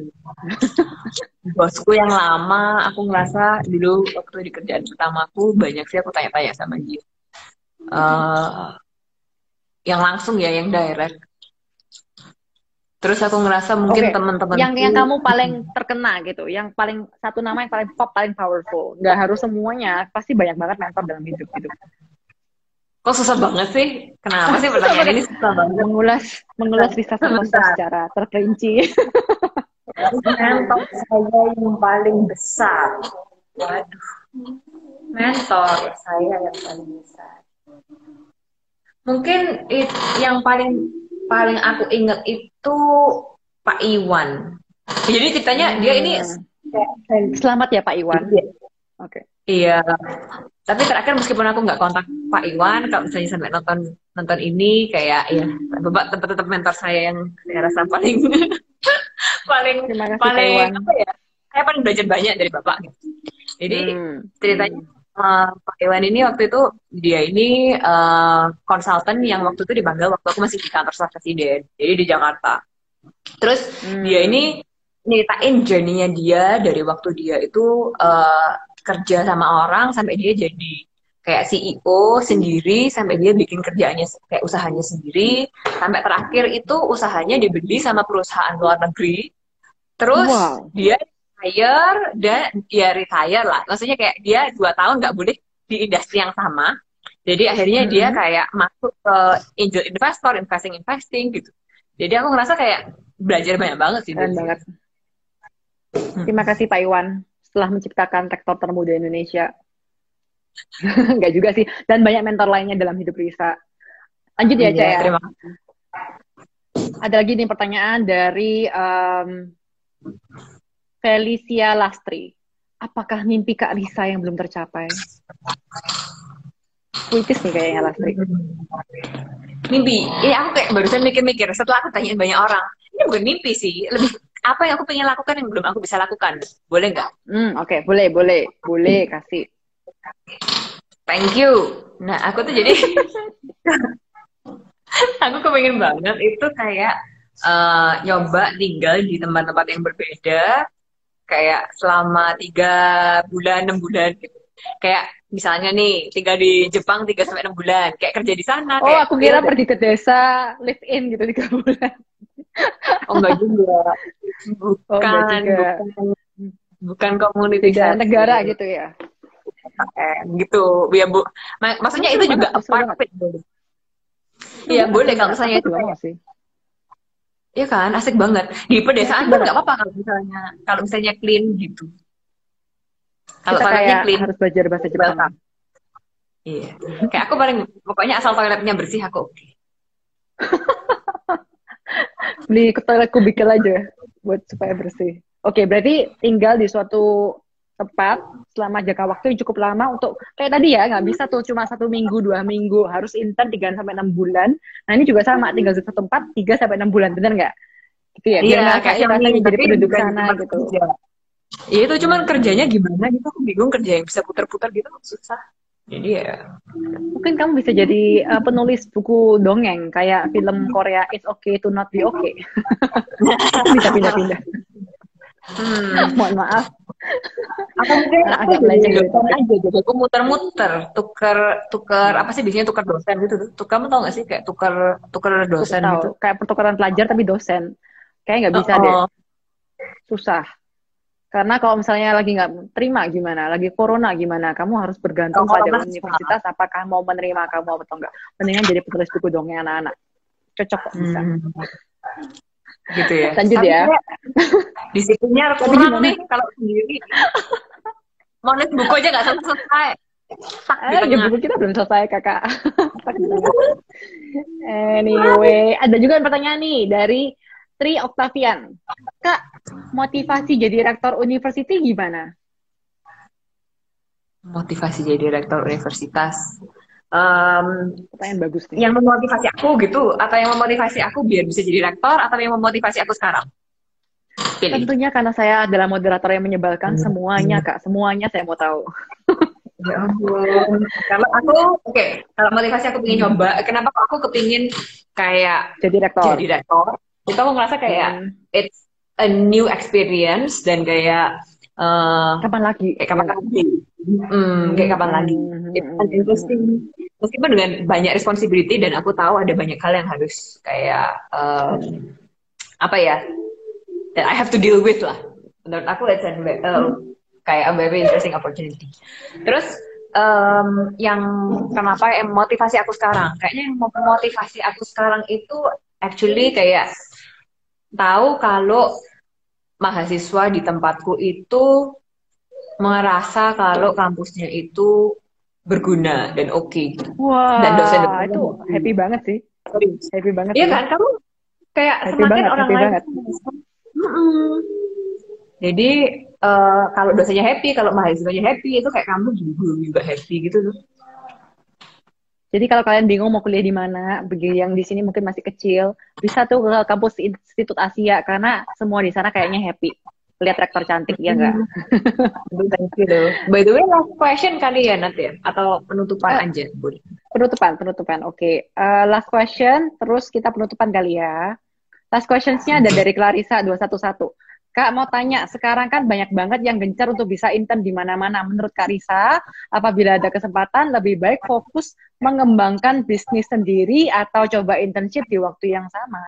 Bosku yang lama, aku ngerasa dulu waktu di kerjaan pertamaku banyak sih aku tanya-tanya sama dia. Uh, yang langsung ya, yang direct. Terus aku ngerasa mungkin Oke, teman-teman yang yang kamu paling terkena gitu, yang paling satu nama yang paling pop, paling powerful. Nggak harus semuanya, pasti banyak banget mentor dalam hidup gitu. kok susah banget sih? Kenapa sih pertanyaan ini susah banget? Mengulas mengulas Risa Santoso Bentar. secara terperinci. Mentor saya yang paling besar. Waduh. Mentor saya yang paling besar. Mungkin it, yang paling paling aku ingat itu Pak Iwan. Jadi ceritanya dia ini Selamat ya Pak Iwan. Iya. Oke. Iya, tapi terakhir meskipun aku nggak kontak Pak Iwan, kalau misalnya sampai nonton nonton ini kayak ya Bapak tetap tetap mentor saya yang saya rasa paling paling Terima kasih Pak paling Iwan. apa ya? Saya paling belajar banyak dari Bapak gitu. Jadi Hmm. ceritanya uh, Pak Iwan ini waktu itu dia ini uh, konsultan yang waktu itu dipanggil waktu aku masih di kantor staf presiden, jadi di Jakarta. Terus Hmm. dia ini nyeritain journey-nya dia dari waktu dia itu uh, kerja sama orang sampai dia jadi kayak C E O sendiri, sampai dia bikin kerjaannya kayak usahanya sendiri, sampai terakhir itu usahanya dibeli sama perusahaan luar negeri. Terus Wow. dia retire dan dia retire lah, maksudnya kayak dia dua tahun nggak boleh di industri yang sama. Jadi akhirnya dia Mm-hmm. kayak masuk ke angel investor, investing investing gitu. Jadi aku ngerasa kayak belajar banyak banget sih. Keren banget. Terima kasih Pak Iwan setelah menciptakan rektor termuda Indonesia. Enggak juga sih. Dan banyak mentor lainnya dalam hidup Risa. Lanjut ya, Caya. Terima kasih. Ada lagi nih pertanyaan dari um, Felicia Lastri. Apakah mimpi Kak Risa yang belum tercapai? Puitis nih kayaknya Lastri. Mimpi? Iya, aku kayak barusan mikir-mikir setelah aku tanyain banyak orang. Ini bukan mimpi sih, lebih apa yang aku pengen lakukan yang belum aku bisa lakukan. Boleh nggak? Hmm, oke, okay. boleh, boleh, boleh kasih. Thank you. Nah, aku tuh jadi aku kepengen banget itu kayak uh, nyoba tinggal di tempat-tempat yang berbeda, kayak selama tiga bulan, enam bulan gitu. Kayak misalnya nih tinggal di Jepang tiga sampai enam bulan, kayak kerja di sana. Oh, kayak aku kira pergi ke desa, live in gitu tiga bulan. Oh enggak juga. Bukan, oh, enggak juga. bukan, bukan community Beda negara gitu ya. Eh, gitu, ya Bu. Mak maksudnya itu juga apartment. Iya, boleh kalau misalnya itu kayak sih. Iya kan, asik banget. Di pedesaan pun nggak apa-apa kalau misalnya kalau misalnya clean gitu. Kalau toiletnya clean, harus belajar bahasa Jepang. Iya. Kayak aku paling pokoknya asal toiletnya bersih aku oke. Okay. Beli ke toilet kubikel aja buat supaya bersih. Oke, okay, berarti tinggal di suatu tempat selama jangka waktu yang cukup lama untuk kayak tadi ya, nggak bisa tuh cuma satu minggu, dua minggu, harus intern tiga sampai enam bulan. Nah ini juga sama, tinggal di satu tempat tiga sampai enam bulan, bener nggak? Gitu ya, biar iya, kayak rasanya jadi penduduk sana gitu. Iya itu cuman kerjanya gimana gitu, aku bingung, kerja yang bisa putar-putar gitu susah. Jadi ya mungkin kamu bisa jadi uh, penulis buku dongeng kayak film Korea It's Okay to Not Be Okay. Bisa pindah-pindah. Hmm. Mohon maaf. Aku mungkin nah, agak melenceng dari dosen aja, jadi aku muter-muter, tuker, tuker apa sih biasanya tukar dosen gitu. Tuh kamu tau gak sih kayak tukar, tukar dosen tahu. gitu? Kayak pertukaran pelajar tapi dosen. Kayak nggak bisa oh, deh. Susah. Karena kalau misalnya lagi nggak terima gimana, lagi corona gimana, kamu harus bergantung oh, pada universitas sama. Apakah mau menerima kamu atau enggak. Mendingan jadi penulis buku dongeng anak-anak. Cocok kok bisa. Hmm. Gitu ya. Lanjut tapi ya. Disiplinnya kurang nih kalau sendiri. Mau nulis buku aja nggak selesai. Eh, buku kita belum selesai kakak. Anyway, ada juga pertanyaan nih dari Tri Octavian. Kak, motivasi jadi rektor university gimana? Motivasi jadi rektor universitas. Um, Pertanyaan bagus nih. Yang memotivasi aku gitu, atau yang memotivasi aku biar bisa jadi rektor, atau yang memotivasi aku sekarang? Pilih. Tentunya karena saya adalah moderator yang menyebalkan, hmm. semuanya kak, semuanya saya mau tahu. Ya ampun. Kalau aku, oke, okay, kalau motivasi aku pengen nyoba, kenapa aku kepingin kayak jadi rektor? Jadi rektor. Itu aku ngerasa kayak hmm. it's a new experience dan kayak uh, kapan lagi? Kayak kapan lagi? Hmm, kayak kapan lagi? It's interesting. Meskipun dengan banyak responsibility dan aku tahu ada banyak hal yang harus kayak um, apa ya? That I have to deal with lah. Menurut aku it's a, uh, kayak a very interesting opportunity. Terus um, yang kenapa yang motivasi aku sekarang? Kayaknya yang memotivasi aku sekarang itu actually kayak tahu kalau mahasiswa di tempatku itu merasa kalau kampusnya itu berguna dan oke. Okay. Wah, dan dosen itu happy banget sih. Happy banget. Iya kan, kamu kayak happy semakin banget, orang happy lain. Banget. Mm-mm. Jadi uh, kalau dosennya happy, kalau mahasiswanya happy, itu kayak kamu juga, juga happy gitu loh. Jadi kalau kalian bingung mau kuliah di mana, bagi yang di sini mungkin masih kecil, bisa tuh ke kampus Institut Asia karena semua di sana kayaknya happy. Lihat rektor cantik ya enggak? Aduh, thank you loh. By the way, last question kali ya Nat ya? Atau penutupan Uh, aja, boleh? penutupan, penutupan. Oke. Okay. Uh, last question, terus kita penutupan kali ya. Last questions-nya ada dari Clarissa dua satu satu. Kak mau tanya, sekarang kan banyak banget yang gencar untuk bisa intern di mana-mana. Menurut Kak Risa, apabila ada kesempatan, lebih baik fokus mengembangkan bisnis sendiri atau coba internship di waktu yang sama?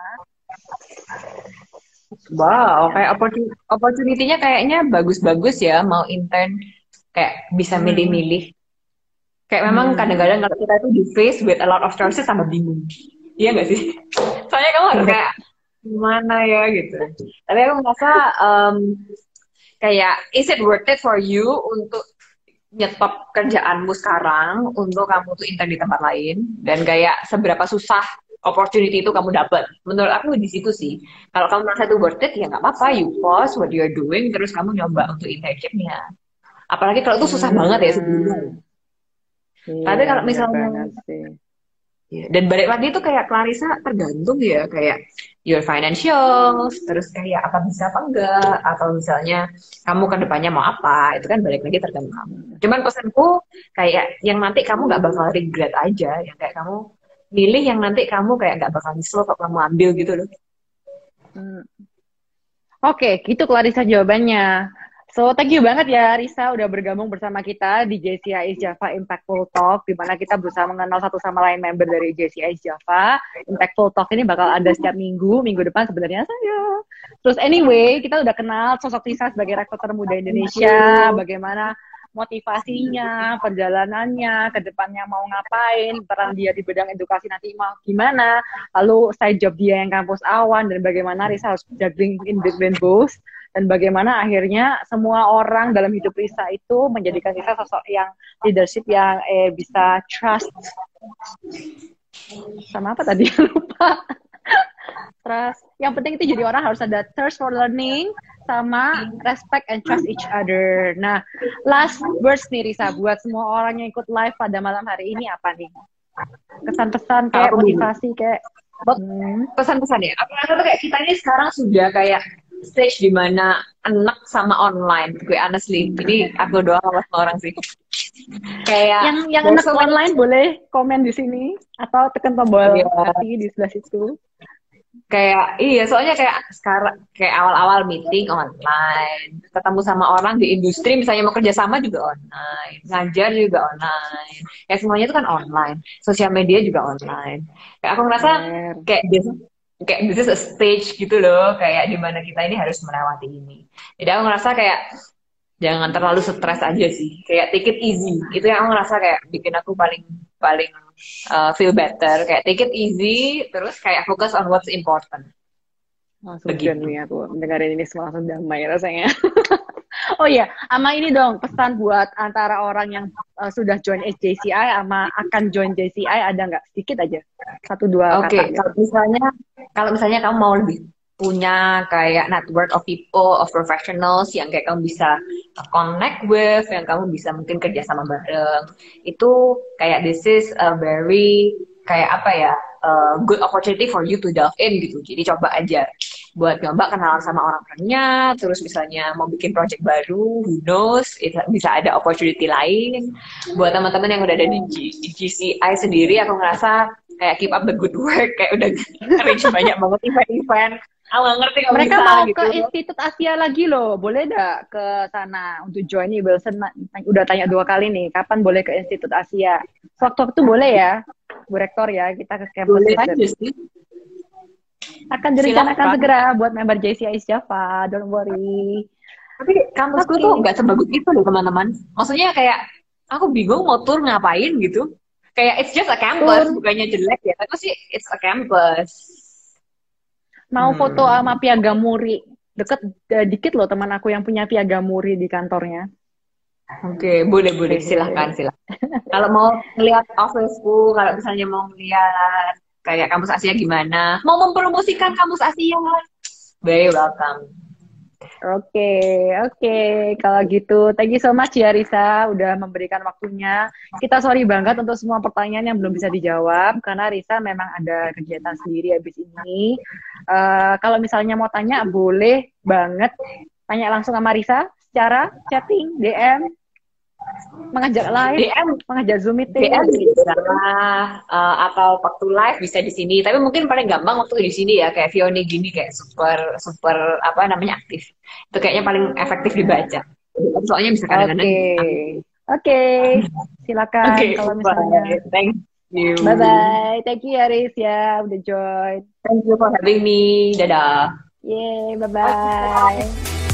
Wow, kayak opportunity, opportunity-nya kayaknya bagus-bagus ya, mau intern, kayak bisa Hmm. milih-milih. Kayak memang Hmm. kadang-kadang kalau kita itu di face with a lot of choices sama bingung. Iya nggak sih? Soalnya kamu harus kayak gimana ya gitu. Tapi aku merasa um, kayak is it worth it for you untuk nyetop kerjaanmu sekarang untuk kamu tuh intern di tempat lain, dan kayak seberapa susah opportunity itu kamu dapat. Menurut aku di situ sih. Kalau kamu merasa itu worth it ya nggak apa-apa, you pause what you're doing terus kamu nyoba untuk internshipnya. Apalagi kalau itu susah Hmm. banget ya sebelumnya. Iya, Tapi kalau bener misalnya banget sih. ya, dan balik lagi tuh kayak Clarissa tergantung ya, kayak your financials, terus kayak apa bisa apa enggak, atau misalnya kamu ke depannya mau apa, itu kan balik lagi tergantung kamu. Cuman pesanku kayak yang nanti kamu nggak bakal regret aja, yang kayak kamu milih yang nanti kamu kayak nggak bakal nyesel kalau kamu ambil gitu loh. Hmm. Oke, gitu Clarissa jawabannya. So, thank you banget ya Risa udah bergabung bersama kita di J C I S Java Impactful Talk, di mana kita berusaha mengenal satu sama lain member dari J C I S Java. Impactful Talk ini bakal ada setiap minggu, minggu depan sebenarnya saya. Terus anyway, kita udah kenal sosok Risa sebagai rektor termuda Indonesia, bagaimana motivasinya, perjalanannya, ke depannya mau ngapain, peran dia di bidang edukasi nanti mau gimana, lalu side job dia yang kampus awan, dan bagaimana Risa harus juggling in between both, dan bagaimana akhirnya semua orang dalam hidup Risa itu menjadikan Risa sosok yang leadership yang eh, bisa trust. Sama apa tadi? Lupa. Trust. Yang penting itu jadi orang harus ada thirst for learning, sama respect and trust each other. Nah, last words nih Risa, buat semua orang yang ikut live pada malam hari ini apa nih? Kesan-pesan kayak Aku motivasi kayak hmm. pesan-pesan ya. Aku rasa tuh kayak kita ini sekarang sudah kayak stage di mana enak sama online. Gue honestly, jadi aku doang sama semua orang sih. Kayak yang yang there's enak so many- online boleh komen di sini atau tekan tombol Iya. hati di sebelah situ. Kayak iya, soalnya kayak sekarang kayak awal-awal meeting online, ketemu sama orang di industri misalnya mau kerja sama juga online, ngajar juga online, ya semuanya itu kan online, sosial media juga online. Kayak aku ngerasa Bener. kayak this, kayak this is a stage gitu loh, kayak dimana kita ini harus melewati ini. Jadi aku ngerasa kayak jangan terlalu stres aja sih, kayak take it easy. Itu yang aku ngerasa kayak bikin aku paling paling uh, feel better, kayak take it easy, terus kayak fokus on what's important. Langsung Begitu. down nih aku dengerin ini semua langsung damai rasanya. Oh iya, sama ini dong pesan buat antara orang yang uh, sudah join J C I sama akan join J C I ada nggak? Sedikit aja, satu dua Oke, kata. kalau misalnya kalau misalnya kamu mau lebih punya kayak network of people, of professionals yang kayak kamu bisa connect with, yang kamu bisa mungkin kerja sama bareng, itu kayak this is a very kayak apa ya, uh, good opportunity for you to delve in gitu. Jadi coba aja buat nyoba kenalan sama orang-orangnya, terus misalnya mau bikin project baru, who knows, itu bisa ada opportunity lain. Buat teman-teman yang udah ada di G- di G C I sendiri, aku ngerasa kayak keep up the good work, kayak udah arrange banyak banget event-event. Aku nggak ngerti kalau Mereka bisa mau gitu. ke Institut Asia lagi loh, boleh nggak ke sana untuk join nih? Wilson udah tanya dua kali nih, kapan boleh ke Institut Asia? Waktu-waktu boleh ya, Bu Rektor ya, kita ke campus. Boleh dan aja sih. akan direncanakan Silakan. segera buat member J C I S Java, don't worry. Tapi kampusku Oke. tuh nggak sebagus itu loh teman-teman. Maksudnya kayak aku bingung mau tour ngapain gitu. Kayak it's just a campus, Tour. bukannya jelek ya. Tapi sih it's a campus. Mau Hmm. foto sama Piagam Muri, deket eh, dikit loh teman aku yang punya Piagam Muri di kantornya. Oke, boleh boleh, silahkan silahkan. Kalau mau ngeliat office-ku, kalau misalnya mau ngeliat kayak kampus Asia gimana, mau mempromosikan kampus Asia, very welcome. Oke, oke. Kalau gitu, thank you so much ya Risa udah memberikan waktunya. Kita sorry banget untuk semua pertanyaan yang belum bisa dijawab karena Risa memang ada kegiatan sendiri habis ini. Uh, kalau misalnya mau tanya, boleh banget tanya langsung sama Risa secara chatting, D M, mengajak live, D M, mengajak Zoom meeting. D M bisa, uh, atau waktu live bisa di sini. Tapi mungkin paling gampang waktu di sini ya, kayak Vioni gini kayak super super apa namanya aktif. Itu kayaknya paling efektif dibaca. Soalnya bisa kadang-kadang. Oke, oke, silakan Oke, kalau misalnya. bye. Thank you. Bye bye, thank you ya Riz ya udah join. Thank you for having me. Dadah. Yeay, bye bye.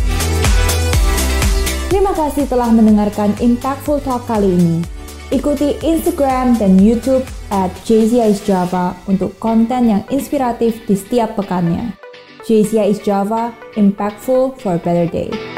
Terima kasih telah mendengarkan Impactful Talk kali ini. Ikuti Instagram dan YouTube at J C I East Java untuk konten yang inspiratif di setiap pekannya. J C I East Java, impactful for a better day.